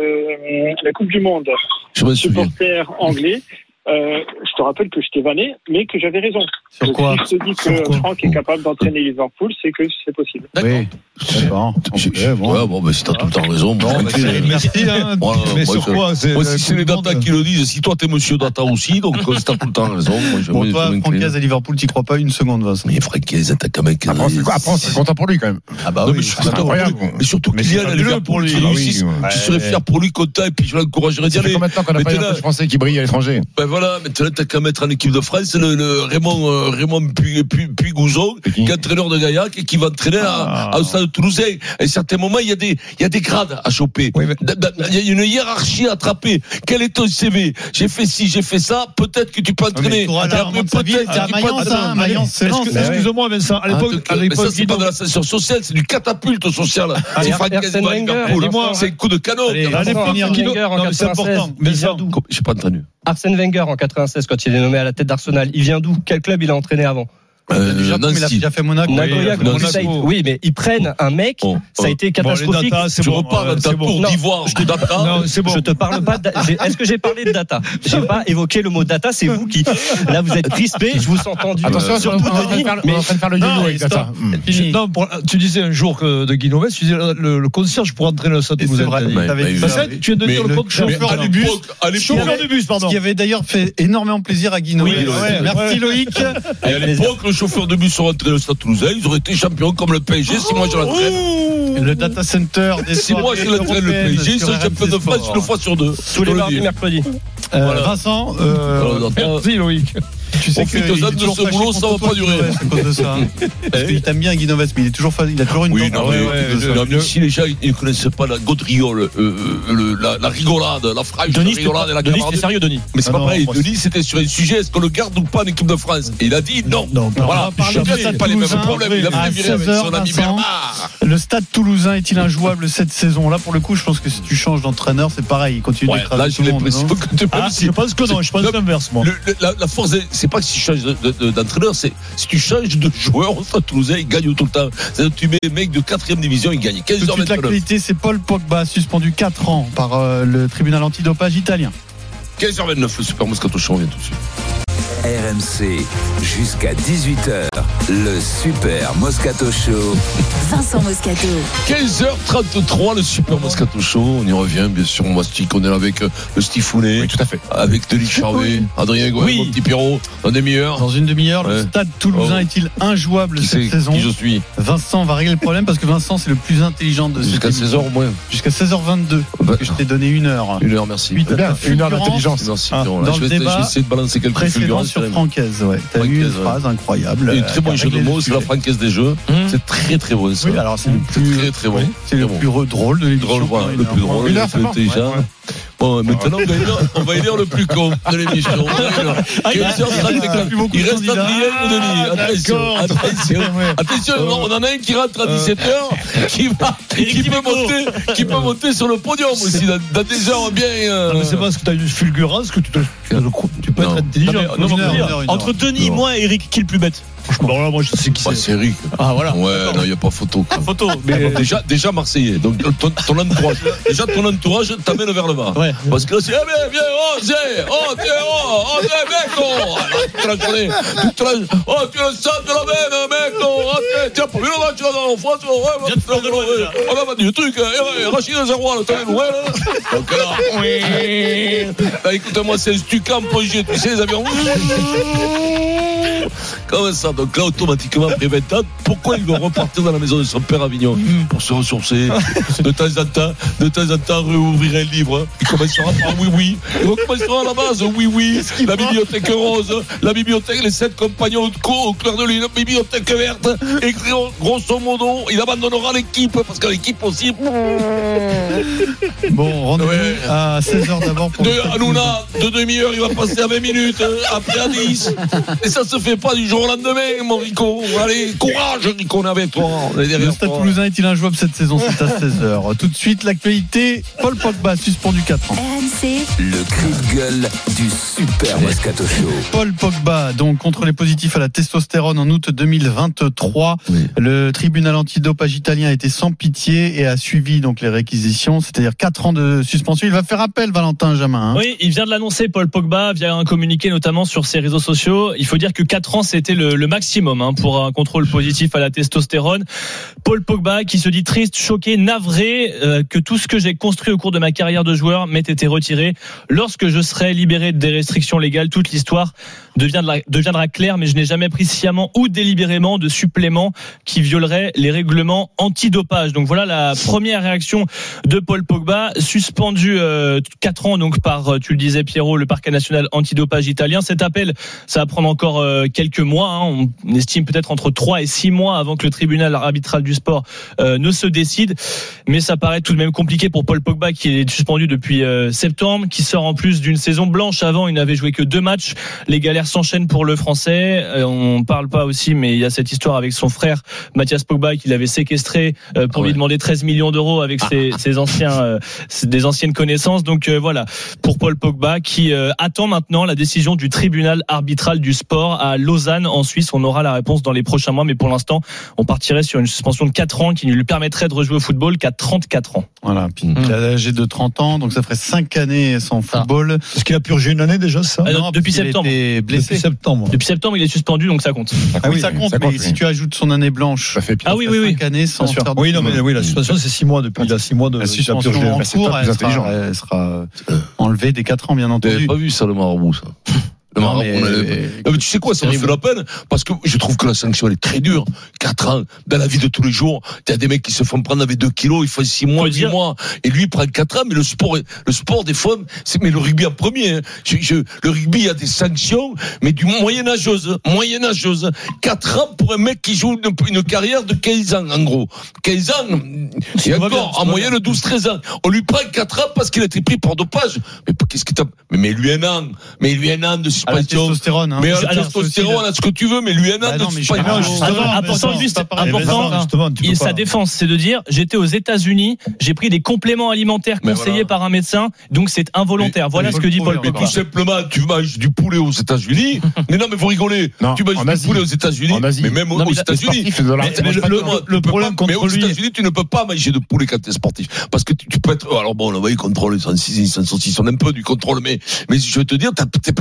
euh, la Coupe du Monde. Je me souviens. Supporter anglais. Euh, je te rappelle que je t'ai vanné, mais que j'avais raison. Sur Donc, quoi si je te dis que quoi Franck est capable d'entraîner Liverpool, c'est que c'est possible. D'accord. Oui. Bon. Ouais, bon, ouais, bon, mais si t'as tout le temps raison, bon, bon, c'est, merci. Hein, ouais, mais sur je, quoi c'est moi, si c'est les data qui le disent, si toi t'es monsieur data aussi, donc si t'as tout le temps raison. Moi, je bon, toi, Franck Hez à Liverpool, t'y crois pas une seconde, Vincent? Mais Franck Hez, t'as quand même. Après, on est content pour lui quand même. Ah bah oui, c'est incroyable. Mais surtout Kylian, elle est pour lui. Je serais fier pour lui, content, et puis je l'encouragerais d'y aller. Ça fait combien de temps qu'on a pas eu un coach français qui brille à l'étranger? Ben voilà, maintenant t'as qu'à mettre en équipe de France le, le Raymond euh, Raymond Puy-Gouzon, qui est entraîneur de Gaillac et qui va entraîner à, à, au stade toulousain. À un certain moment, il y a des il y a des grades à choper. Oui, mais... Il y a une hiérarchie à attraper. Quel est ton C V? J'ai fait ci, j'ai fait ça. Peut-être que tu peux entraîner. Oui, après, peut-être à Mayence, hein, Mayence, c'est Lens. Excuse-moi, Vincent. À l'époque, à l'époque, ça c'est pas de l'ascenseur social, c'est du catapulte social. C'est Franck Hez, c'est un coup de canon. À l'époque, c'est important. Mais j'ai pas entendu. Arsène Wenger en quatre-vingt-seize, quand il est nommé à la tête d'Arsenal, il vient d'où? Quel club il a entraîné avant? Euh, déjà, il a déjà fait Monaco. Nagoya, oui, Monaco. Oui, mais ils prennent un mec, oh, oh. ça a été catastrophique. Bon, data, tu bon, repars dans ta tour d'ivoire de data. Non, c'est bon. Je te parle pas de, est-ce que j'ai parlé de data? J'ai pas évoqué le mot data, c'est vous qui, là, vous êtes crispé, je vous ai entendu. Attention, surtout Denis, mais on est en train de faire le yo-yo avec data. Non, tu disais un jour que de Guy Noves, tu disais le, le concierge pour entraîner le stade Toulousain. Tu viens de dire le chauffeur du bus. Chauffeur du bus, pardon. Ce qui avait d'ailleurs fait énormément plaisir à Guy Noves. Merci Loïc. Et à l'époque, le chauffeur de bus serait le Stade Toulousain, ils auraient été champions comme le P S G. Si moi je l'entraîne, le data center des si moi je l'entraîne le P S G, ils sont champions de France une fois sur deux. Tous les mardis, mercredi. Euh, voilà. Vincent, euh, merci Loïc. Tu sais que aux autres de ce boulot, ça va pas durer. Parce qu'il t'aime bien Guy Noves, mais il est toujours, il a toujours une. Oui, non, mais si les gens ne connaissaient pas la gaudriole, la rigolade, la fraîche rigolade et la Denis, c'est sérieux, Denis. Mais c'est pas pareil. Denis, c'était sur un sujet, est-ce qu'on le garde ou pas en équipe de France? Et il a dit non. Voilà. C'est pas les mêmes problèmes. Il a fait virer avec son ami Bernard. Le Stade Toulousain est-il injouable cette saison? Là, pour le coup, je pense que si tu changes d'entraîneur, c'est pareil. Il continue d'écraser tout le monde. Je pense que non. Je pense l'inverse, moi. La force, c'est pas que si tu changes de, de, de, d'entraîneur, c'est si tu changes de joueur au Stade Toulousain, il gagne tout le temps. C'est-à-dire, tu mets les mecs de quatrième division, il gagne quinze heures vingt-neuf. L'actualité, c'est Paul Pogba, suspendu quatre ans par euh, le tribunal antidopage italien. quinze heures vingt-neuf, le Super Moscato Show, on vient tout de suite. R M C, jusqu'à dix-huit heures. Le Super Moscato Show. Vincent Moscato. quinze heures trente-trois, le Super Moscato Show. On y revient, bien sûr. On mastique. On est là avec le Stifounet. Oui, tout à fait. Avec Denis Charvet. Adrien Gouin, Oui. mon petit Pierrot. Dans une demi-heure. Dans une demi-heure, Ouais. le stade toulousain Oh. est-il injouable Qui cette c'est saison? Qui je suis Vincent va régler le problème parce que Vincent, c'est le plus intelligent de cette Jusqu'à émission. seize heures au moins. Jusqu'à seize heures vingt-deux. Bah, Que je t'ai donné une heure. Une heure, merci. Suite à Bien, ta une heure fulgurance d'intelligence. Merci, Ah, Pierrot. dans je, le vais, je débat vais essayer de balancer quelques précédent fulgurances. sur Francaise. Ouais. T'as eu Francaise, une ouais. phrase incroyable. Et très bon euh, jeu de régler mots, le c'est la sujet. francaise des jeux. Mmh. C'est très très bon ça. Oui, alors c'est le plus, Très très bon. c'est le Très bon. plus re- drôle de l'émission. Drôle, voilà, pendant le une plus heure. drôle, Une heure, le c'est plus bon. intelligent. Ouais, ouais. Bon, maintenant, on va élire, on va élire le plus con de l'émission. On va élire. quinze heures trente-quatre. plus beaucoup Il de reste candidats. Adrien ou Denis. Attention, d'accord. attention. Ouais. Attention, on en a un qui rentre à dix-sept heures, qui, va, qui, peut monter, qui peut monter sur le podium aussi, dans, dans des heures bien. euh, Non, mais c'est parce que tu as une fulgurance que tu, te, tu peux Non. être intelligent. Non, mais, non, Une mais heure, on peut dire, une heure, une entre heure. Denis, Non. moi et Eric, qui est le plus bête? Bon, là, moi, je sais qui Bah, c'est. c'est Eric. Ah voilà. Ouais, non, il n'y a pas photo. quoi. Photo. Mais Déjà, déjà Marseillais. Donc ton, ton entourage, déjà ton entourage t'amène vers le bas. Ouais. Parce que là c'est eh bien, viens, oh, c'est, oh, t'es, oh, oh, t'es, mec, oh, ah, toute la journée, toute la, oh, tu es le sang de la veine, mec, oh, ah, t'es, tiens, pour une heure, tu vas dans l'enfance, oh, ouais, Viens de faire de l'eau, ouais, déjà. on a vendu le truc, eh, Rachid Zeroual, t'as les nouvelles, hein. Donc là, oui. Bah, écoute-moi, c'est un Stucam projet, tu sais, les avions. Comme ça, donc là, automatiquement, après vingt ans, pourquoi ils vont repartir dans la maison de son père à Avignon? Pour se ressourcer. De temps en temps, de temps en temps, réouvrir un livre. Il commencera par oui, oui. Il commencera à la base, oui, oui. La bibliothèque rose, la bibliothèque, les sept compagnons de cour au clair de lune, la bibliothèque verte. Et grosso modo, il abandonnera l'équipe, parce que l'équipe aussi. Bon, rendez-vous Ouais. à seize heures d'abord pour De le stade Hanouna, de demi-heure, il va passer à vingt minutes, après à dix. Et ça se fait pas du jour au lendemain, mon Rico. Allez, courage, Rico, on est avec toi. On est Le derrière Stade toi. Toulousain est-il injouable cette saison? C'est à seize heures. Tout de suite, l'actualité. Paul Pogba, suspendu quatre ans. R M C, Le cri de gueule du Super Moscato Show. Paul Pogba, donc contrôlé positif à la testostérone en août deux mille vingt-trois. Oui. Le tribunal antidopage italien a été sans pitié et a suivi donc les réquisitions, c'est-à-dire quatre ans de suspension. Il va faire appel, Valentin Jamin. Hein. oui, il vient de l'annoncer, Paul Pogba, via un communiqué notamment sur ses réseaux sociaux. Il faut dire que quatre ans, c'était le, le maximum hein, pour un contrôle positif à la testostérone. Paul Pogba qui se dit triste, choqué, navré euh, que tout ce que j'ai construit au cours de ma carrière de joueur m'ait été retiré. Lorsque je serai libéré des restrictions légales, toute l'histoire deviendra, deviendra claire, mais je n'ai jamais pris sciemment ou délibérément de suppléments qui violeraient les règlements antidopage. Donc voilà la première réaction de Paul Pogba, suspendu euh, quatre ans donc par, tu le disais Pierrot, le parquet national antidopage italien. Cet appel, ça va prendre encore euh, quelques mois. Hein. On estime peut-être entre trois et six mois avant que le tribunal arbitral du sport euh, ne se décide. Mais ça paraît tout de même compliqué pour Paul Pogba qui est suspendu depuis euh, septembre, qui sort en plus d'une saison blanche. Avant, il n'avait joué que deux matchs. Les galères s'enchaînent pour le Français. Euh, on parle pas aussi, mais il y a cette histoire avec son frère Mathias Pogba qui l'avait séquestré euh, pour Ah ouais. lui demander treize millions d'euros avec ses, ses anciens, euh, des anciennes connaissances. Donc euh, voilà, pour Paul Pogba qui euh, attend maintenant la décision du tribunal arbitral du sport à Lausanne en Suisse. On aura la réponse dans les prochains mois, mais pour l'instant, on partirait sur une suspension de quatre ans qui ne lui permettrait de rejouer au football qu'à trente-quatre ans. Voilà, puis il a l'âge de trente ans, donc ça ferait cinq années sans football. Est-ce qu'il a purgé une année déjà, ça? Ah, Non, depuis parce qu'il septembre. était blessé. Depuis septembre. Depuis septembre, il est suspendu, donc ça compte. Ah oui, ça compte, ça compte, mais oui. si tu ajoutes son année blanche, Ça fait pire. Ah oui, oui, oui. cinq années sans Bien sûr. faire de Oui, non, mais football. oui, la suspension, c'est six mois depuis. Il a six mois de La il a suspension purgé. en Bah, c'est cours, pas plus elle intelligent. sera, elle sera enlevée des quatre ans, bien T'avais entendu. pas vu ça, le marabout, ça? Le Non, marabout, mais- on avait- Non, mais tu sais quoi, ça me fait la peine, parce que je trouve que la sanction, elle est très dure. quatre ans, dans la vie de tous les jours, t'as des mecs qui se font prendre avec deux kilos, ils font six mois, Faut dix dire- mois, et lui, il prend quatre ans, mais le sport, est- le sport, des fois, c'est, mais le rugby en premier, hein. Je, je, le rugby, il y a des sanctions, mais du moyenâgeuse, moyenâgeuse. quatre ans pour un mec qui joue une, une carrière de quinze ans, en gros. quinze ans, et va bien, encore, ça en va moyenne, douze treize ans. On lui prend quatre ans parce qu'il a été pris par dopage. Mais qu'est-ce que t'as, mais, mais lui un an, mais lui un an de À la suspension. testostérone, hein. Mais à Alors, la testostérone, à ce que tu veux, mais lui un an Bah de non, mais je- suspension. Ah, justement, Alors, mais important, ça, juste, c'est pas pareil. important, Mais justement, tu peux Et pas. sa défense, c'est de dire j'étais aux États-Unis, j'ai pris des compléments alimentaires Mais conseillés voilà. par un médecin, donc c'est involontaire. Mais- voilà mais ce faut que le dit prouver, Paul Mais Pogba. tout simplement, tu manges du poulet aux États-Unis. Mais non, mais faut rigoler. Non, tu manges en du Asie. poulet aux États-unis. En Asie. Mais même Non, aux mais là, États-Unis. sportif, de la- Mais- c'est mais pas le- le- le- le tu peux problème pas- mais contre aux lui- États-Unis, tu ne peux pas manger de poulet quand t'es sportif. Parce que tu, tu peux être. Alors bon, là, oui, contrôle, ils sont six, ils sont six, ils sont un peu du contrôle. Mais, mais je vais te dire, t'as- t'es plein d'hormones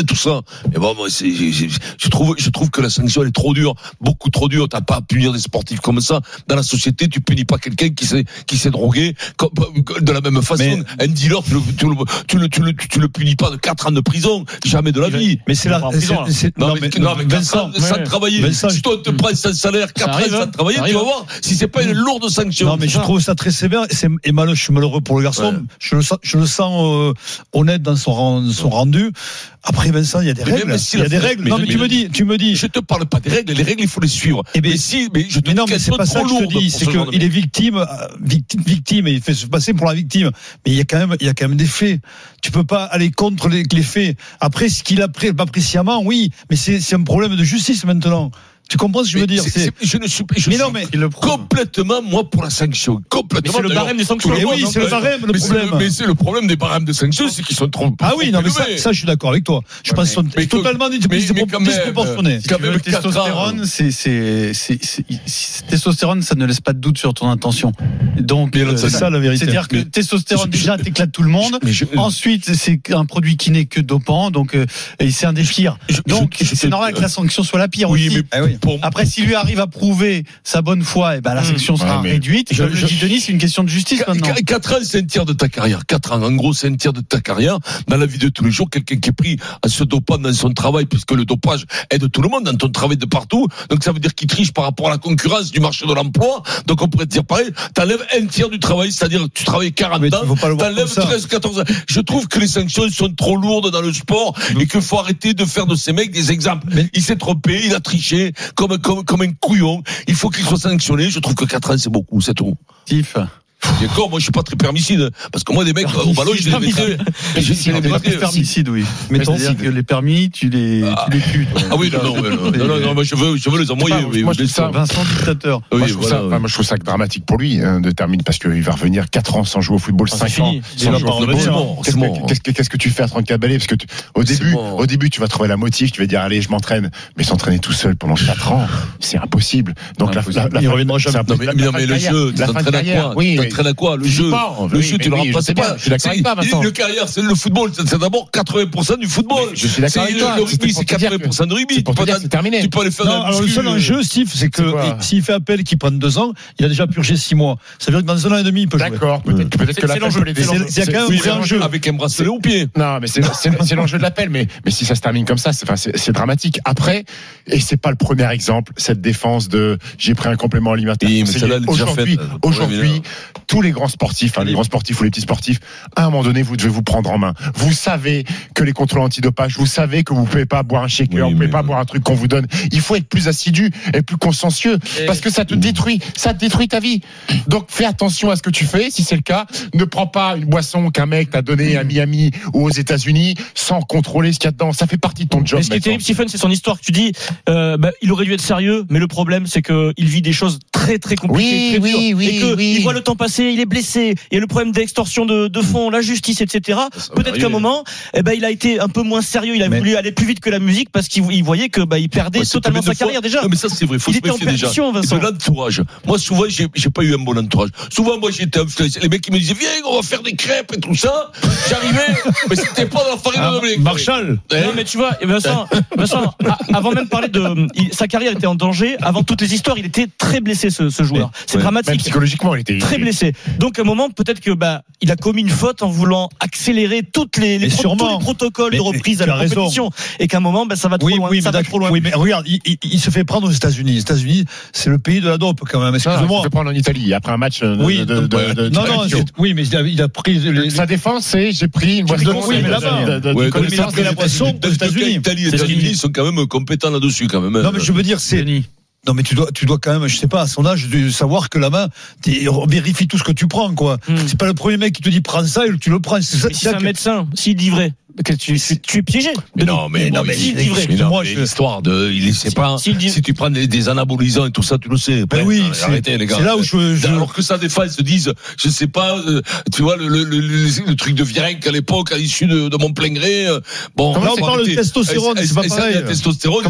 et tout ça. Mais bon, moi, c'est, je, je trouve, je trouve que la sanction elle est trop dure, beaucoup trop dure. T'as pas à punir des sportifs comme ça. Dans la société, tu punis pas quelqu'un qui s'est, qui s'est drogué comme, de la même façon. Mais, un dealer, tu le, tu le, tu le, tu le, tu le punis pas de quatre ans de prison, jamais de la vie. Mais c'est là, c'est, c'est, non, non, mais, non, mais Vincent, ans, sans ouais, travailler. Vincent, si toi, on te prend sans salaire, quatre ans sans travailler, tu vas voir si c'est pas une lourde sanction. Non, mais je trouve ça très sévère. Et, c'est, et malheureux, je suis malheureux pour le garçon. Ouais. Je le sens, je le sens euh, honnête dans son, son rendu. Après, Vincent, il y a des mais règles. Si il y a des règles. Mais non, mais, mais tu me dis, tu me dis. Je te parle pas des règles. Les règles, il faut les suivre. Et mais si, mais je te mais non, mais c'est pas ça que je te dis. C'est qu'il est victime, victime, victime, et il fait se passer pour la victime. Mais il y a quand même, il y a quand même des faits. Tu peux pas aller contre les, les faits. Après, ce qu'il a pris, pas sciemment, oui, mais c'est, c'est un problème de justice maintenant. Tu comprends ce que je veux dire? C'est, c'est, je ne suis, je mais suis non, mais complètement, moi, pour la sanction. Complètement. Mais c'est le barème des sanctions. Mais oui, c'est le barème, le mais problème. C'est, mais c'est le problème des barèmes de sanctions, c'est qu'ils sont trop. Ah oui, non, mais ça, ça, je suis d'accord avec toi. Je ouais, pense qu'ils sont mais, totalement disproportionnés. Le testostérone, c'est, c'est, c'est, c'est, c'est, testostérone, ça ne laisse pas de doute sur ton intention. Donc, euh, c'est ça la vérité. C'est-à-dire que testostérone, déjà, t'éclates tout le monde. Ensuite, c'est un produit qui n'est que dopant, donc, et c'est un des pires. Donc, c'est normal que la sanction soit la pire aussi. Après, si lui arrive à prouver sa bonne foi, et ben la sanction sera ouais, réduite. Comme le dit Denis, c'est une question de justice qu- maintenant. Quatre ans, c'est un tiers de ta carrière. Quatre ans, en gros, c'est un tiers de ta carrière. Dans la vie de tous les jours, quelqu'un qui est pris à se dopant dans son travail, puisque le dopage aide tout le monde dans ton travail de partout. Donc ça veut dire qu'il triche par rapport à la concurrence du marché de l'emploi. Donc on pourrait te dire pareil, t'enlèves un tiers du travail, c'est-à-dire que tu travailles quarante ans, t'enlèves treize, quatorze ans. Je trouve que les sanctions sont trop lourdes dans le sport mmh. et qu'il faut arrêter de faire de ces mecs des exemples. Mais il s'est trompé, il a triché, comme, comme, comme un couillon, il faut qu'il soit sanctionné. Je trouve que quatre ans c'est beaucoup, c'est tout. Tif. D'accord, moi je suis pas très permicide parce que moi des mecs au ballon je les mettrais. Je les mettrais permicide, oui. Mais c'est-à-dire que les permis tu les ah. tu les tues. Ah oui non non non non, non moi je veux je veux les envoyer. Pas, oui, moi je trouve ça Vincent dictateur. Oui, moi, je voilà, ça, ouais. moi je trouve ça dramatique pour lui hein, de terminer parce qu'il va revenir quatre ans sans jouer au football, ah, cinq ans sans jouer au football. Qu'est-ce que qu'est-ce que tu fais à trente-quatre balais parce que tu, au début au début tu vas trouver la motive, tu vas dire allez je m'entraîne, mais s'entraîner tout seul pendant quatre ans c'est impossible. Donc la il reviendra jamais. Non mais le jeu, tu t'entraînes à quoi? Tu t'entraînes à quoi? Le jeu. Le jeu, tu le remplaces pas. Je suis d'accord avec toi, Vincent. Le carrière, c'est le football, c'est d'abord quatre-vingts pour cent du football. Je suis d'accord avec toi. Le rugby, c'est quatre-vingts pour cent de rugby. C'est terminé. Tu peux aller faire non, alors le seul enjeu, Steve, c'est que s'il fait appel, qu'il prenne deux ans, il a déjà purgé six mois. Ça veut dire que dans un an et demi, il peut jouer. D'accord. Peut-être, peut-être que l'appel peut l'aider. Il y a quand même un vrai enjeu. Avec un bracelet au pied. Non, mais c'est, c'est, c'est l'enjeu de l'appel. Mais, mais si ça se termine comme ça, c'est, enfin, c'est, c'est dramatique. Après, et c'est pas le premier exemple, cette défense de j'ai pris un complément alimentaire. Aujourd'hui, aujourd'hui, tous les grands sportifs, les grands sportifs ou les petits sportifs, à un moment donné, vous devez vous prendre en main. Vous savez que les contrôles antidopage, vous savez que vous pouvez pas boire un shaker, oui, vous pouvez pas boire un truc qu'on vous donne. Il faut être plus assidu et plus consciencieux et parce que ça te détruit, ça te détruit ta vie. Donc fais attention à ce que tu fais. Si c'est le cas, ne prends pas une boisson qu'un mec t'a donnée à Miami ou aux États-Unis sans contrôler ce qu'il y a dedans. Ça fait partie de ton job. Mais ce qui est terrible, Stephen, c'est son histoire. Tu dis, euh, bah, il aurait dû être sérieux, mais le problème, c'est que il vit des choses très très compliquées, oui, très oui, dures, oui, et que oui. il voit le temps passer, il est blessé. Il y a le problème d'extorsion de, de fonds, la justice, et cetera. Peut-être qu'à un moment, eh ben, il a été un peu moins sérieux. Il a mais... voulu aller plus vite que la musique parce qu'il il voyait que bah, il perdait ouais, totalement sa carrière déjà. Non, mais ça c'est vrai. Faut il se était en perdition, déjà. Vincent. De l'entourage. Moi, souvent, j'ai, j'ai pas eu un bon entourage. Souvent, moi, j'étais influencé. Les mecs qui me disaient viens, on va faire des crêpes et tout ça. J'arrivais, mais c'était pas dans la farine ah, de blé. Marshall. Non, mais tu vois, Vincent, Vincent, avant même de parler de il, sa carrière était en danger. Avant toutes les histoires, il était très blessé ce, ce joueur. C'est ouais, dramatique. Même psychologiquement, il était très blessé. Donc, à un moment, peut-être que bah, il a commis une faute en voulant accélérer toutes les, les, pro- tous les protocoles mais, de reprise à la compétition, et qu'à un moment, bah, ça va trop oui, loin. Oui, ça va trop loin. Oui, mais regarde, il, il, il se fait prendre aux États-Unis. Les États-Unis, c'est le pays de la dope quand même. Excuse-moi. Il se fait prendre en Italie après un match. De, oui, de, de, de, de, de non, non, oui, mais il a, il a pris les... sa défense, c'est j'ai pris une boisson. Oui, mais là-bas, il a pris la boisson aux États-Unis. L'Italie et les États-Unis sont quand même compétents là-dessus, quand même. Non, mais je veux dire, c'est. Non mais tu dois tu dois quand même je sais pas à son âge de savoir que la main vérifie tout ce que tu prends quoi. Mm. C'est pas le premier mec qui te dit prends ça et tu le prends. C'est, ça, c'est, c'est un que... médecin s'il dit vrai. Tu, tu, tu es piégé. Mais non, mais, mais non, mais, il, il, mais non, moi, mais je... l'histoire de, il sait si, pas. Si, dit... si tu prends des, des anabolisants et tout ça, tu le sais. Ben oui, c'est, arrêtez les gars. C'est là où je, je... alors que ça des fois ils se disent, je sais pas, euh, tu vois le, le, le, le, le truc de Virenque à l'époque à l'issue de, de mon plein gré. Euh, bon, là on parle de testostérone, c'est pas pareil. La testostérone,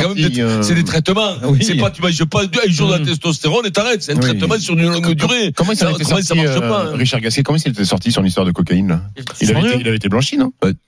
c'est des traitements. C'est pas, tu manges pas un jour de la testostérone et t'arrêtes. C'est un traitement sur une longue durée. Comment ça marche pas? Richard Gasquet, comment il était sorti sur l'histoire de cocaïne là? Il avait été blanchi, non?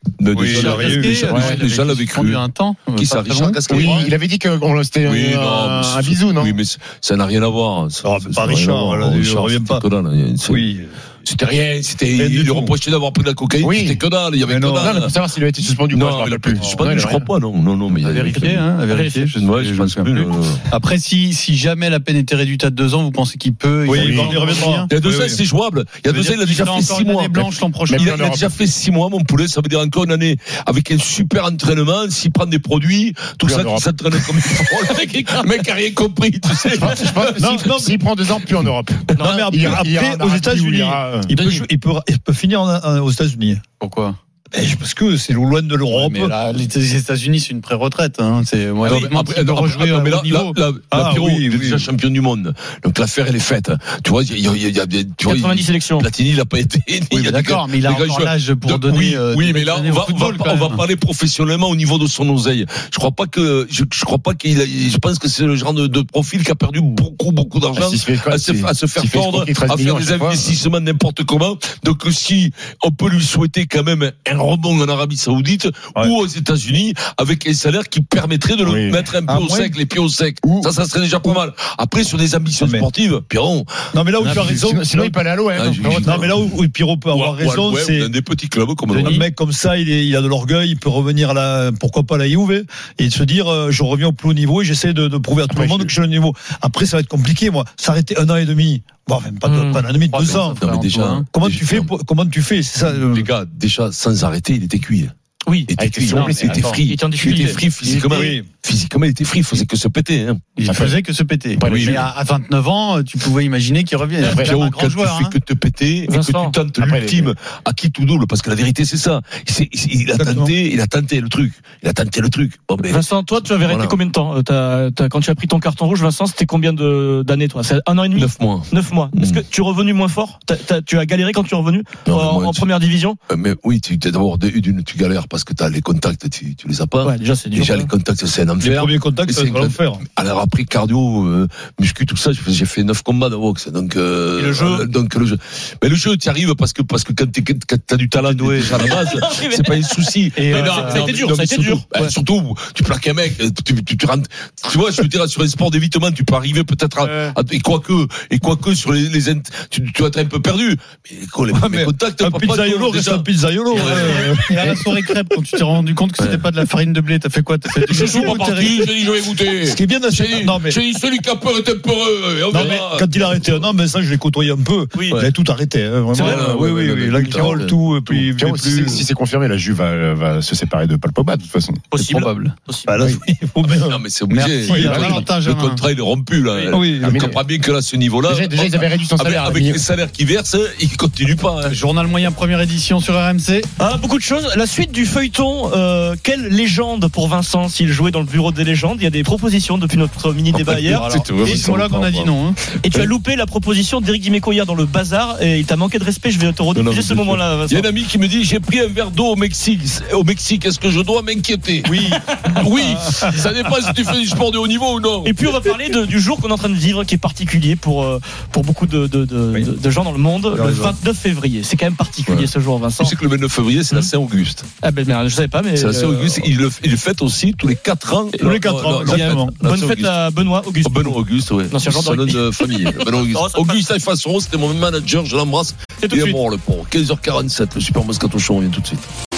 Mais Oui, déjà, il aurait eu, les gens- ouais, les gens il l'avaient avait cru. suspendu un temps. Qui euh, ça, pas très Richard long. Gasquet? Oui, il avait dit que on- c'était Oui, un, non, mais un c'est- bisou, non? Oui, mais c'est- ça n'a rien à voir. Ça- Non, ça- mais ça pas n'a rien à Richard, voir. là, je Richard, reviens c'était pas. que dalle, c'est- Oui. C'était rien, c'était, Rien du il lui tout. reprochait d'avoir pris de la cocaïne, Oui. c'était que dalle, il y avait Mais que non, dalle. Non, mais pour savoir s'il a été suspendu ou pas, je Non, me il a rappelle pas été plus. suspendu, Non, je crois pas, non, non, non, mais il y À a vérifier, hein, à vérifier. Je, Ouais, je je pense me plus. souviens plus. non, non. Après, si, si jamais la peine était réduite à deux ans, vous pensez qu'il peut Oui, il il va va y reviendra. Il y a deux Oui, ans, oui. c'est jouable. Il y a deux ans, il a déjà fait encore six une mois. année blanche l'an prochain. Il a, en il a Europe. déjà fait six mois, mon poulet. Ça veut dire encore une année avec un super entraînement. S'il prend des produits, tout Plus en ça, qui Europe. s'entraîne comme il faut. Le mec, le mec a rien compris, tu sais. Je pense que Non, s'il- non, s'il prend deux ans, plus en Europe. Non, mais Il y après, a- il y a un après, aux Arabie où États-Unis, il y aura, euh, il peut, jouer- il peut, il peut finir en- en- aux États-Unis. Pourquoi? Eh, Parce que c'est loin de l'Europe. Mais là, les États-Unis, c'est une pré-retraite. Hein. C'est moi, Non, je me mais demande après, s'il peut non, rejouer non, à mais là, haut niveau. là, là, Ah, là, Pierrot, oui, il est oui. déjà champion du monde. Donc l'affaire, elle est faite. Tu vois, il y a, il y a, il y a, tu vois, quatre-vingt-dix il- sélections. Platini, il n'a pas été. Oui, il y mais a d'accord, des- mais il a des gars encore joueurs. l'âge pour Donc, donner. Oui, euh, oui, des mais là, années on au va, on va, football, quand on va même. parler professionnellement au niveau de son oseille. Je crois pas que, je, je crois pas qu'il a, je pense que c'est le genre de, de profil qui a perdu beaucoup, beaucoup d'argent Ah, s'il se fait quoi, à se, s'il- à se faire s'il fait tordre, escroquer treize à faire millions à des chaque fois. investissements n'importe comment. Donc, si on peut lui souhaiter quand même un rebond en Arabie Saoudite Ouais. ou aux États-Unis avec un salaire qui permettrait de le Oui. mettre un peu À au moins- sec, les pieds au sec. Ou- Ça, ça serait déjà pas mal. Après, sur des ambitions Mais- sportives, Pierron. Non, mais là où tu as raison. Sinon, sinon, il peut aller à l'O M. Ah, je- je- Non, mais là où, où Pierrot peut avoir ou à- raison, ou à- c'est. dans des petits clubs comme Un le mec comme ça, il, est, il a de l'orgueil, il peut revenir à la, pourquoi pas à la Juve, et se dire, euh, je reviens au plus haut niveau et j'essaie de, de prouver à tout Après, le monde je- que j'ai le niveau. Après, ça va être compliqué, moi. S'arrêter un an et demi. Bon, même pas, Mmh. pas un an et demi, deux ans. Non, mais déjà, Antoine. Comment déjà, tu fais, pour- comment tu fais, c'est ça, euh, Les gars, déjà, sans arrêter, il était cuit. Oui. Il était Ah, il était cuit. sur- Non, mais il était attends, free. il était en Il difficulté. était free physiquement. Oui. Physiquement, il était free. Il faisait que se péter. Hein. Il faisait que se péter. Oui, mais oui. à à vingt-neuf ans, tu pouvais imaginer qu'il revienne. Après, C'est un Pierrot, grand quand joueur. tu fais hein. que te péter et que Vincent. tu tentes Après, l'ultime à qui tout double, parce que la vérité c'est ça. C'est- c'est- il a Exactement. tenté, il a tenté le truc. Il a tenté le truc. Bon, mais Vincent, toi, tu avais arrêté Voilà. combien de temps? Euh, t'as- t'as- Quand tu as pris ton carton rouge, Vincent, c'était combien de- d'années, toi? C'est un an et demi? neuf mois. Neuf mois. Est-ce Mm. que tu es revenu moins fort? T'as- t'as- Tu as galéré quand tu es revenu Non, en, moi, en tu- première division? Euh, Mais oui, tu t'es d'abord de- d'une, tu galères parce que tu as les contacts, tu, tu les as pas. Ouais, déjà, c'est dur. Déjà, hein. les contacts, c'est un les enfer. premiers contacts, Et ça c'est va l'enfer. Alors après cardio, euh, muscu, tout ça, j'ai fait- j'ai fait neuf combats de boxe. Donc, euh, Et le jeu euh, donc le jeu. Mais le jeu, tu y arrives parce que parce que quand t'es- quand t'as du talent déjà à la base, c'est pas un souci. Et, Mais euh, non, ça a non, été mais- dur, non, ça a mais été surtout, dur. bah, Ouais. surtout, tu plaques un mec, tu, tu, tu rentres. Tu vois, je veux dire, sur un sport d'évitement, tu peux arriver peut-être à, Ouais. à- et quoique, et quoique sur les, les int- tu, tu vas être un peu perdu. Mais quoi, les Ouais, premiers mais contacts, Un papa, pizzaiolo reste déjà. un pizzaiolo. Ouais. hein. Et à la soirée crêpe, quand tu t'es rendu compte que c'était Ouais. pas de la farine de blé, t'as fait quoi? T'as fait du Je suis chouchou pas ou t'es parti, resté- j'ai dit je vais goûter. Ce qui est bien dans J'ai cette- dit, non, mais- j'ai dit, celui qui a peur est un peu heureux. Et on Non, mais verra. quand il a arrêté un an, mais ça, je l'ai côtoyé un peu. Oui. Il a tout arrêté, hein, C'est vraiment. vrai, oui, ouais, oui, ouais, oui. ouais, L'alcool, ouais, tout, et puis, il Pierrot, voulait si c'est- plus. si c'est confirmé, la Juve va, va se séparer de Paul Pogba, de toute façon. Possible. Probable. Possible. Bah, là, il faut bien. Non, mais c'est obligé. Merci, Le- Valentin le Germain. contrat, il est rompu, là. Oui. Je comprends bien que là, ce niveau-là. Déjà, déjà, ils avaient réduit son avec, salaire. avec les salaires qu'ils versent, ils continuent pas. hein. Journal moyen, première édition sur R M C. Ah, beaucoup de choses. La suite du feuilleton, euh, quelle légende pour Vincent s'il jouait dans le bureau des légendes? Il y a des propositions depuis notre mini-débat hier. C'est tout, Et ça c'est là me qu'on a prend dit pas. non. hein. Et tu as loupé la proposition d'Éric Dimeco hier dans le bazar et il t'a manqué de respect. Je vais te Non, non, rediffuser mais ce bien moment-là, Il y Vincent. a un ami qui me dit j'ai pris un verre d'eau au Mexique. Au Mexique, est-ce que je dois m'inquiéter? Oui. Oui. Ça dépend si tu fais du sport de haut niveau ou non. Et puis on va parler de- du jour qu'on est en train de vivre, qui est particulier pour euh, pour beaucoup de, de, de, Oui. de- de gens dans le monde. Le raison. vingt-neuf février, c'est quand même particulier Ouais. ce jour, Vincent. Tu sais que le vingt-neuf février, c'est la Hum. Saint-Auguste. Ah ben merde, je savais pas, mais C'est la euh, Saint-Auguste. Il le, il le fête aussi tous les quatre ans. Tous les quatre ans, La- la- exactement. la bonne fête Saint-Auguste. à Benoît Auguste. Oh, Benoît Auguste, ouais. L'ancien joueur de Son nom rugby. de famille. Benoît Auguste. Oh, ça Auguste Alfassoro, c'était mon manager, je l'embrasse. C'est tout Il de est suite. mort, le pauvre. quinze heures quarante-sept, le Super Moscato Show, on vient tout de suite.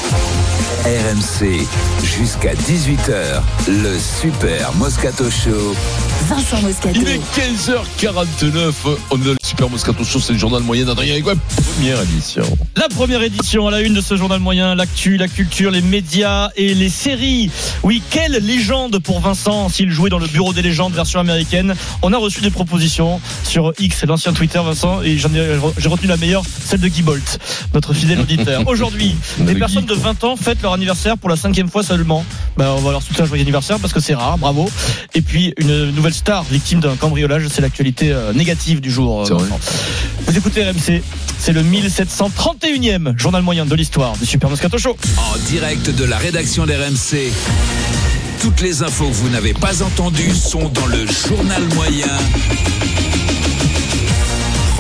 R M C, jusqu'à dix-huit heures, le Super Moscato Show. Vincent Moscato. Il est quinze heures quarante-neuf. On est dans le Super Moscato Show, c'est le journal moyen d'Adrien Aigouet. Première édition. La première édition à la une de ce journal moyen, l'actu, la culture, les médias et les séries. Oui, quelle légende pour Vincent s'il jouait dans le bureau des légendes version américaine. On a reçu des propositions sur X, l'ancien Twitter, Vincent, et j'en ai, j'ai retenu la meilleure, celle de Guy Bolt, notre fidèle auditeur. Aujourd'hui, des Le personnes Guy, de quoi. vingt ans fêtent leur anniversaire pour la cinquième fois seulement. Ben, on va leur souhaiter un joyeux anniversaire parce que c'est rare, bravo. Et puis une nouvelle star victime d'un cambriolage, c'est l'actualité euh, négative du jour. euh, C'est vrai. Vincent. Vous écoutez R M C, c'est le mille sept cent trente et unième journal moyen de l'histoire du Super Moscato Show. En direct de la rédaction d'R M C. Toutes les infos que vous n'avez pas entendues sont dans le journal moyen.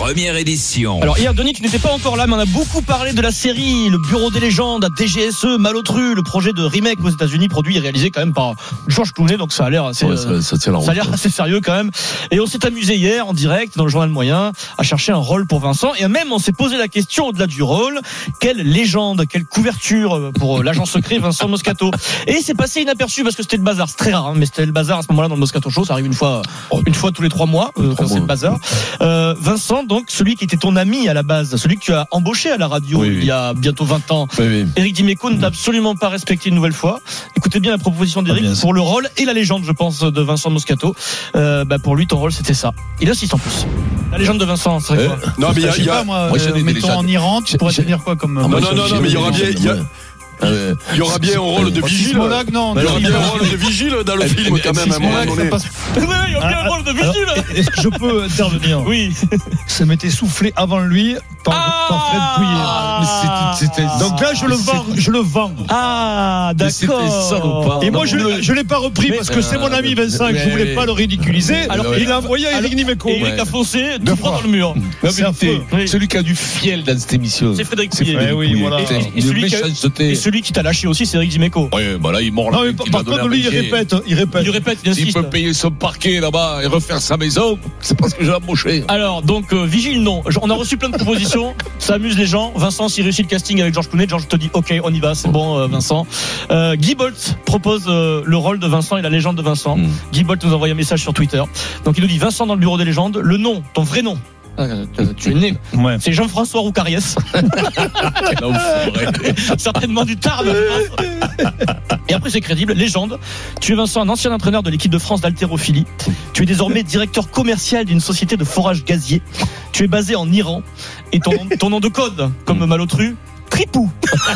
première édition. Alors hier, Denis, tu n'étais pas encore là, mais on a beaucoup parlé de la série Le Bureau des légendes à D G S E, Malotru, le projet de remake aux États-Unis, produit et réalisé quand même par George Clooney, donc ça a l'air assez, Ouais, ça, ça tient la ça a route, l'air ouais. assez sérieux quand même. Et on s'est amusé hier en direct dans le journal moyen à chercher un rôle pour Vincent, et même on s'est posé la question au-delà du rôle, quelle légende, quelle couverture pour l'agent secret Vincent Moscato. Et c'est passé inaperçu parce que c'était le bazar, c'est très rare, hein, mais c'était le bazar à ce moment-là dans le Moscato Show, ça arrive une fois, une fois tous les trois mois euh, quand c'est le bazar. Euh, Vincent, donc celui qui était ton ami à la base, celui que tu as embauché à la radio Oui, oui. il y a bientôt vingt ans. Oui, oui. Éric Dimeco ne t'a absolument pas respecté une nouvelle fois. Écoutez bien la proposition d'Éric Ah, bien pour le rôle et la légende, je pense, de Vincent Moscato. Euh, bah pour lui, ton rôle, c'était ça. Il assiste en plus. La légende de Vincent, c'est Eh, quoi? Non, mais il y a. Je sais il y a- pas, moi, moi, j'en ai euh, des mettons légendes. en Iran, tu pourrais J'ai- te dire quoi comme. Ah, moi, non, j'ai- non, non, j'ai- mais il y aura j'ai- bien- il y a- Ah ouais. Il y aura bien un rôle de vigile. Sismologue, non. Il y aura non, bien un non, rôle de vigile dans le Elle- film, elle- quand même, à un moment Sismologue, ça donné. passe. Oui, il y a bien un rôle de vigile. Alors, est-ce que je peux intervenir? Oui. Ça m'était soufflé avant lui par, par Fred Ah, Pouillet. Mais c'était- c'était- Donc là, je le vends, je le vends. Ah, Mais c'était salopard. d'accord. Et moi, je non, ne l'ai pas repris mais- parce que c'est mon ami Vincent et que je voulais pas le ridiculiser. Alors, Alors, il a envoyé à Eric Nimeco. Et Eric a foncé tout droit dans le mur. Non, mais C'est affreux. t'es- celui qui a du fiel dans cette émission. C'est Frédéric C'est Pouillet. Frédéric Eh oui, Pouillet. voilà. Putain, Et une celui qui a- méchanceté. Et celui qui t'a lâché aussi, c'est Eric Dimeco. Ouais, bah là, il mord la Non, mais tête, par il va par donner contre, à lui, il manger. répète, il répète. Il répète, il S'il insiste. peut payer son parquet là-bas et refaire sa maison, c'est parce que j'ai embauché. Alors, donc, euh, vigile, non. On a reçu plein de propositions. Ça amuse les gens. Vincent, s'il réussit le casting avec George Clooney, George te dit, OK, on y va, c'est bon, euh, Vincent. Euh, Guy Bolt propose euh, le rôle de Vincent et la légende de Vincent. Mm. Guy Bolt nous envoie un message sur Twitter. Donc, il nous dit, Vincent dans le bureau des légendes, le nom, ton vrai nom. Euh, Tu es né. Ouais. C'est Jean-François Roucariès. Certainement du Tarn, je pense. Et après, c'est crédible. Légende. Tu es Vincent, un ancien entraîneur de l'équipe de France d'haltérophilie. Tu es désormais directeur commercial d'une société de forage gazier. Tu es basé en Iran. Et ton, nom- ton nom de code, comme Malotru, Tripou.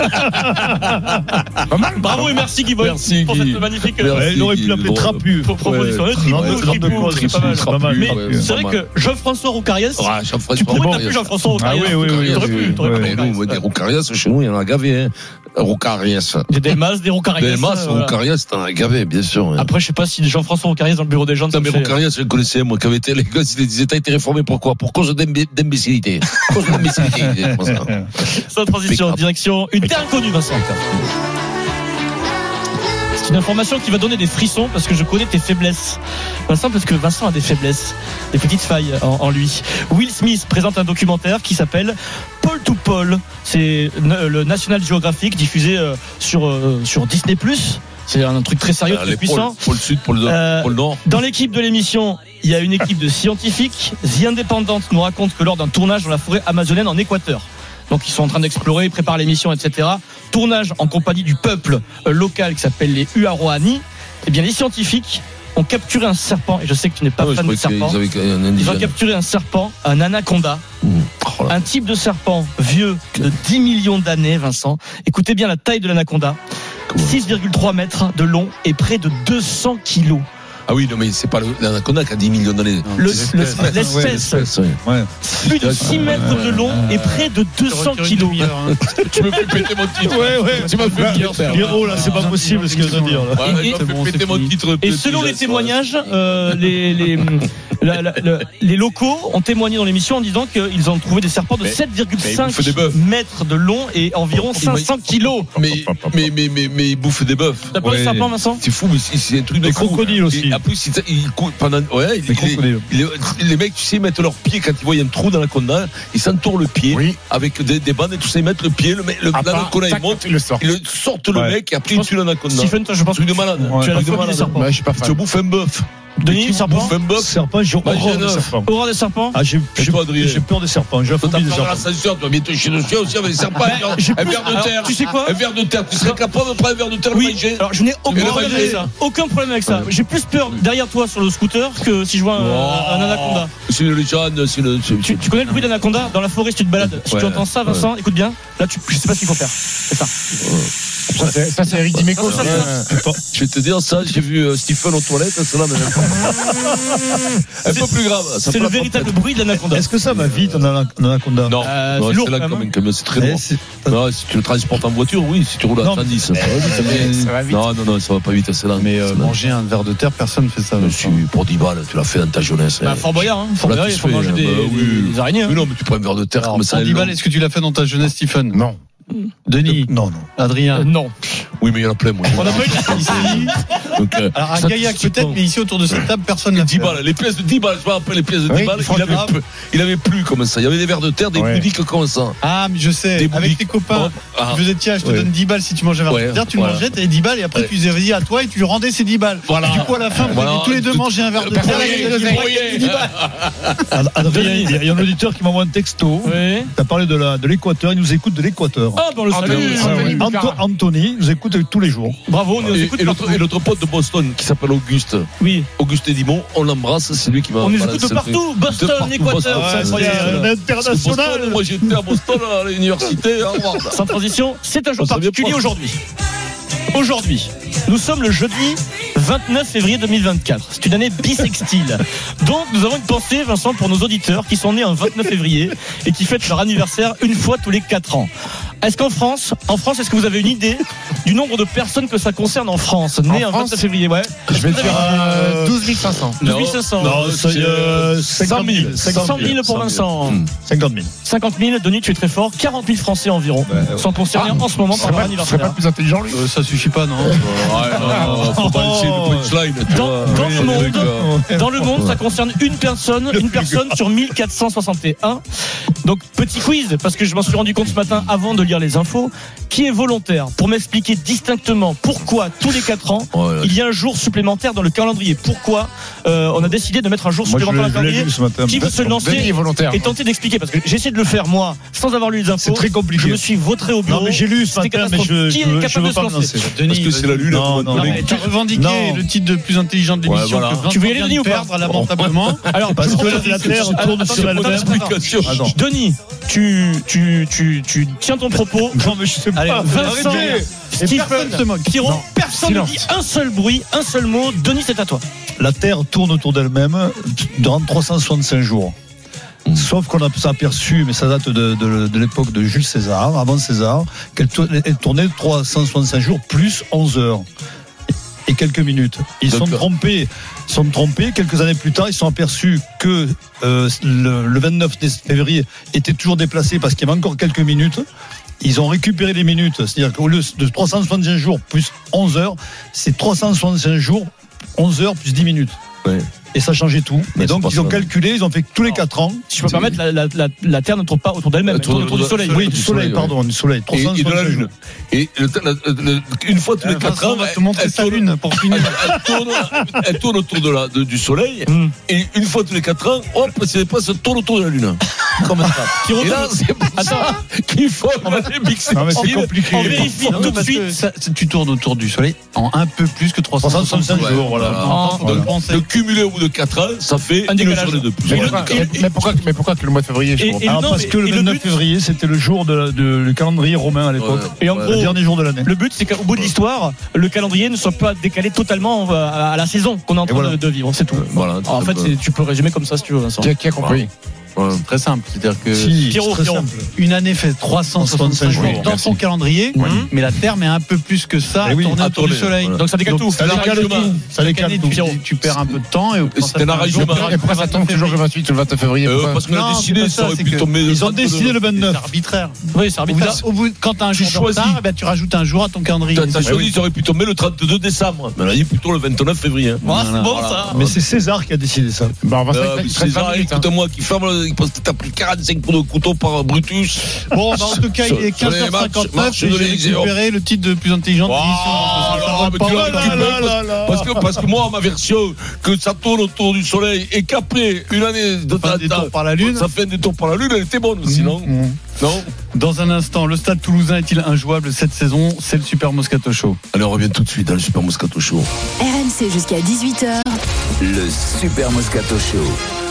Bravo et merci Guy Bolt Merci, pour Guy. cette magnifique Merci, euh, Il aurait pu l'appeler Bon, Trapu. pro- proposition. Ouais, Tripou, ouais, Tripou, Tripou, c'est pas mal. Tripou, pas mal. Mais ouais, c'est vrai pas que Jean-François Roucariès, Ah, Jean-François tu pourrais Roucariès. t'appeler Jean-François Ah Roucariès. oui, oui, oui. T'aurais pu, t'aurais pu. Mais nous, on veut des Roucarias, chez nous, il y en a gavé, hein. Roucarias. Des Delmas, des Roucariès. Delmas, euh, voilà. Roucarias, t'en as gavé, bien sûr. hein. Après, je sais pas si Jean-François Roucariès dans le bureau des gens. Non, mais Roucarias, je le connaissais, moi, qui avait été, les gosses, ils disaient, t'as été réformé pourquoi? Pour cause d'imb- d'imbécilité. Cause d'imbécilité, ils disaient, comme ça. Sans transition, direction une terre inconnue, Vincent. C'est une information qui va donner des frissons parce que je connais tes faiblesses. Vincent, parce que Vincent a des faiblesses, des petites failles en, en lui. Will Smith présente un documentaire qui s'appelle Paul to Paul. C'est ne- le National Geographic diffusé euh, sur, euh, sur Disney plus. C'est un truc très sérieux, Ah, très les puissant. pôles, pôle sud, pôle nord, Euh, pôle nord. Dans l'équipe de l'émission, il y a une équipe de scientifiques. The Independent nous raconte que lors d'un tournage dans la forêt amazonienne en Équateur, donc ils sont en train d'explorer, ils préparent l'émission, et cetera. Tournage en compagnie du peuple euh, local qui s'appelle les Huaroani. Eh bien, les scientifiques ont capturé un serpent, et je sais que tu n'es pas Ah ouais, fan je de croyais serpent. qu'ils avaient un Ils ont indigène. capturé un serpent, un anaconda, Mmh. Oh là. un type de serpent vieux de dix millions d'années, Vincent. Écoutez bien la taille de l'anaconda. Comment six virgule trois mètres de long et près de deux cents kilos. Ah oui, non, mais c'est pas le- l'anaconda qui a dix millions d'années. Le- L'espèce. le- Ouais, l'espèce. l'espèce, ouais. Ouais. Plus de six mètres de long et près de deux cents kilos. Tu me fais péter mon titre. Ouais, ouais. Tu m'as fait dire ça. Guéraud, là, c'est pas possible ce qu'il vient de dire. Là. Ouais, Et- il m'a fait péter mon titre. Et selon les témoignages, euh, les, les, la- la- la- les locaux ont témoigné dans l'émission en disant qu'ils ont trouvé des serpents de Mais- sept virgule mais ils cinq bouffent des bœufs. mètres de long et environ Ils- cinq cents kilos. Mais, mais, mais, mais, mais ils bouffent des bœufs. T'as pas Ouais. le serpent, Vincent? C'est fou, mais c'est c'est un truc de Des fou. crocodiles aussi. Et en plus, ils, ils courent pendant, ouais, ils- Des crocodiles. ils- les, les mecs, tu sais, mettent leurs pieds quand ils voient un trou dans la conda, ils s'entourent le pied Oui. avec des, des bandes et tout ça, ils mettent le pied, le, mec- le, À part, l'anaconda, tac, il monte, il le sort. ils le sortent le Ouais. mec et après ils tuent l'anaconda. Stephen, toi, je pense Truc que de malade. Ouais. tu as la Truc de phobie des malade. serpents. Ouais, je suis pas Tu fan. bouffes un bœuf. Denis, Tu serpent bouffes un bœuf. Serpent, j'ai Bah, horreur j'ai des neuf. serpents. Horreur des serpents? Ah, j'ai Je sais pas, Adrien. j'ai peur des serpents. J'ai la Toi, t'as phobie des peur de serpents. l'ascenseur, tu vas bientôt chez le chien aussi avec des serpents. j'ai Un plus- verre de alors, terre. tu sais quoi Un verre de terre. Tu serais capable de prendre un verre de terre, le Oui, manger. alors je n'ai aucun Mais le problème manger. avec ça. Aucun problème avec ça. J'ai plus peur derrière toi sur le scooter que si je vois un, Oh. un anaconda. C'est une légende, c'est une. c'est- Tu, tu connais le bruit d'anaconda dans la forêt si tu te balades? Si Ouais, tu entends ça, Vincent, écoute bien. Là, tu, je sais pas ce qu'il faut faire. C'est ça. Ça, c'est, ça, c'est Eric Dimeco. Ça, ça, je vais te dire ça, j'ai vu euh, Stephen aux toilettes, c'est là, mais un peu plus grave. Ça C'est le véritable bruit de l'anaconda. Est-ce que ça va vite en anaconda? Non, euh, non c'est lourd c'est là quand quand même. même, c'est très lourd. Non, si tu le transportes en voiture, oui, si tu roules à Non, cent dix, ça, mais, va vite, mais, mais... ça va vite. Non, non, non, ça va pas vite, c'est là. Mais euh, manger un verre de terre, personne ne fait ça. Je suis pour dix balles, tu l'as fait dans ta jeunesse. Bah, Fort Boyard, hein. Fort Là, Boyard, tu il faut fais, manger des, bah, oui. des araignées. Hein. Mais non, mais tu prends un verre de terre Alors, comme ça. pour dix balles, est-ce que tu l'as fait dans ta jeunesse, Stephen? Non. Denis? Non, non. Adrien? Euh, non. Oui, mais il y en a plein, moi. On n'a pas eu ici. Donc, euh, Alors, à Gaillac peut-être, mais ici autour de cette table, personne n'a dix balles, les pièces de dix balles, je me rappelle les pièces de dix Oui, balles, il franchement. avait, peu, il avait plus comme ça. Il y avait des verres de terre, des Ouais. boudiques comme ça. Ah, mais je sais, Des avec boudiques. tes copains, Ah. tu faisais tiens, je te Ouais. donne dix balles si tu manges un verre Ouais, de terre, tu voilà. le mangeais, t'avais dix balles, et après Ouais. tu les avais dit à toi et tu lui rendais ces dix balles. Voilà. Et du coup, à la fin, vous Voilà. avez tous les deux mangé un verre de Personne terre, n'a et gagné vous avez dix gagné dix balles. Ad- Adrien, il y a- il y a un auditeur qui m'envoie un texto. Oui. Tu as parlé de, la, de l'Équateur, il nous écoute de l'Équateur. Ah, dans le Anthony, salut. Anthony Ouais, ouais. Boucara. Anto- Anthony nous écoute tous les jours. Bravo, on nous Et, écoute et partout. l'autre, et l'autre pote de Boston qui s'appelle Auguste. Oui. Auguste Edimon, on l'embrasse, c'est lui qui m'a. On nous balancé écoute de le truc. partout. Boston, De partout, Équateur. Boston, C'est c'est incroyable. incroyable. Parce que Boston, moi j'étais à Boston à l'université à Harvard. Sans transition, c'est un jour Ça vient particulier pas. aujourd'hui. Aujourd'hui, nous sommes le jeudi vingt-neuf février deux mille vingt-quatre. C'est une année bissextile. Donc, nous avons une pensée, Vincent, pour nos auditeurs qui sont nés un vingt-neuf février et qui fêtent leur anniversaire une fois tous les quatre ans. Est-ce qu'en France, en France, est-ce que vous avez une idée du nombre de personnes que ça concerne en France, nées un France vingt-neuf février? Ouais. Je vais dire euh, douze mille cinq cents. douze mille cinq cents. Non, ça y est, euh, cent mille. cent mille pour Vincent. cinquante mille. cinquante mille, Denis, tu es très fort. quarante mille Français environ sont concernés Ah, en ce moment Ce par serait leur pas, ce serait pas anniversaire. plus intelligent, lui Euh, Ça suffit pas, non? Ouais, non, non, faut balancer le punchline. tu Dans, vois. dans Oui, le monde, d'accord. dans le monde, ça concerne une personne, une personne sur mille quatre cent soixante et un. Donc petit quiz, parce que je m'en suis rendu compte ce matin avant de lire les infos, qui est volontaire pour m'expliquer distinctement pourquoi tous les quatre ans Ouais, ouais. il y a un jour supplémentaire dans le calendrier. Pourquoi euh, on a décidé de mettre un jour Moi, je supplémentaire dans le l'ai je l'ai calendrier. lu ce matin. Qui veut se Denis est lancer volontaire. et tenter d'expliquer? Parce que j'ai essayé de le faire moi, sans avoir lu les infos. C'est très compliqué. Je me suis vautré au bureau. Non, mais j'ai lu ce C'était matin, mais je, catastrophique. Qui je, est veux- je capable veux de pas se me lancer? lancer. Parce que c'est la lune. Non, non, Non, non. mais Tu as revendiqué Non. le titre de plus intelligent de l'émission Ouais, voilà. que Vincent Tu veux y aller, vient Denis, de ou pas perdre lamentablement. Alors, Parce je- que la Terre tourne Attends, sur attends, elle-même. Explication. Ah non. Denis, tu, tu, tu, tu tiens ton propos. Non, mais je sais Allez, pas. Vincent, Arrêtez. Stephen, personne se moque. Pierrot, Non. personne ne Silence. dit un seul bruit, un seul mot. Denis, c'est à toi. La Terre tourne autour d'elle-même durant trois cent soixante-cinq jours. Sauf qu'on a aperçu, mais ça date de, de, de l'époque de Jules César, avant César, qu'elle tour- elle tournait trois cent soixante-cinq jours plus onze heures et quelques minutes. Ils sont D'accord. trompés, ils sont trompés. Quelques années plus tard, ils sont aperçus que euh, le, le vingt-neuf février était toujours déplacé parce qu'il y avait encore quelques minutes. Ils ont récupéré les minutes, c'est-à-dire qu'au lieu de trois cent soixante-cinq jours plus onze heures, c'est trois cent soixante-cinq jours, onze heures plus dix minutes. Ouais. Et ça changeait tout. Mais Et donc, c'est pas ils ont ça. calculé, ils ont fait que tous les quatre ans. Si je peux me permettre, la, la, la, la Terre ne tourne pas autour d'elle-même, elle tourne autour du Soleil. Oui, du du soleil, soleil, pardon, du soleil. Et, et de la trois cent soixante-cinq lune. jours. Et le- le- le- une fois tous les quatre Vincent ans, va te montrer elle sa tourne- lune pour finir. Elle, elle tourne, elle tourne autour de la, de- du soleil. Mm. Et une fois tous les quatre ans, hop, c'est pas, ça tourne autour de la lune. Comme ça. Qui Et là, retourne- c'est pour ça qu'il faut aller mixer. Non, mais c'est On compliqué. vérifie Non, tout de parce que suite. ça- tu tournes autour du soleil en un peu plus que trois cent soixante-cinq trois cent soixante-cinq jours. jours, voilà. En- Voilà. de penser. Le cumulé au bout de quatre ans, ça fait Un une décalage. journée de plus. Mais, Voilà. pourquoi, mais, mais pourquoi, mais pourquoi que le mois de février je Et- comprends et- pas. Alors, non, parce mais- que le et le vingt-neuf but- février, c'était le jour de, la- de- le calendrier romain à l'époque. Ouais. Et en Ouais. Le gros, dernier jour de l'année. le but, c'est qu'au bout de l'histoire, le calendrier ne soit pas décalé totalement à à la saison qu'on est en train voilà. de, de vivre. C'est tout. Voilà. Alors, en fait, c'est- tu peux résumer comme ça si tu veux, Vincent. Qui a, qui a compris? Voilà. C'est très simple. C'est-à-dire que Si, Pierrot, c'est très Pierrot. simple. une année fait trois cent soixante-cinq jours Oui, dans merci. son calendrier, Oui. mais la Terre met un peu plus que ça Eh à oui, tourner à autour du tourner, soleil. voilà. Donc ça décale tout. Ça décale tout. Ça Chaque décale année, tout. tu, tu perds un peu de temps. Et quand ça C'était fait un l'arrangement. jour, Et pourquoi ça tombe toujours le vingt-huit ou le vingt-neuf février? Euh, Pourquoi parce qu'on a Non, c'est décidé, pas ça ça, aurait c'est pu que tomber. Ils ont décidé le C'est vingt-neuf. arbitraire. Oui, c'est arbitraire. Au bout, quand tu as un Tu jour de choisis. retard, eh ben, tu rajoutes un jour à ton calendrier. T'as t'as C'est- choisi, ça aurait pu tomber le trente-deux décembre. Mais on a dit plutôt le vingt-neuf février. Ah, c'est bon, Voilà. ça. Mais c'est César qui a décidé ça. Bah, on va Euh, se César, écoute-moi, qui ferme, le- parce que t'as pris quarante-cinq coups de couteau par Brutus. Bon, bah, en tout cas, il est Sur- sur les quinze heures cinquante-neuf marches- et marches de j'ai l'Élysée. récupéré le titre de plus intelligent de Oh, l'émission. Parce que ça là, va mais pas tu l'as mal. récupéré parce, parce que, parce que moi, ma version, que ça tourne autour du soleil et qu'après une année de Enfin, des tours par la Lune. ça fait un détour par la Lune, elle était bonne aussi, non? Mmh. Non? Dans un instant, le Stade Toulousain est-il injouable cette saison? C'est le Super Moscato Show. Allez, on revient tout de suite dans le Super Moscato Show. R M C jusqu'à dix-huit heures. Le Super Moscato Show.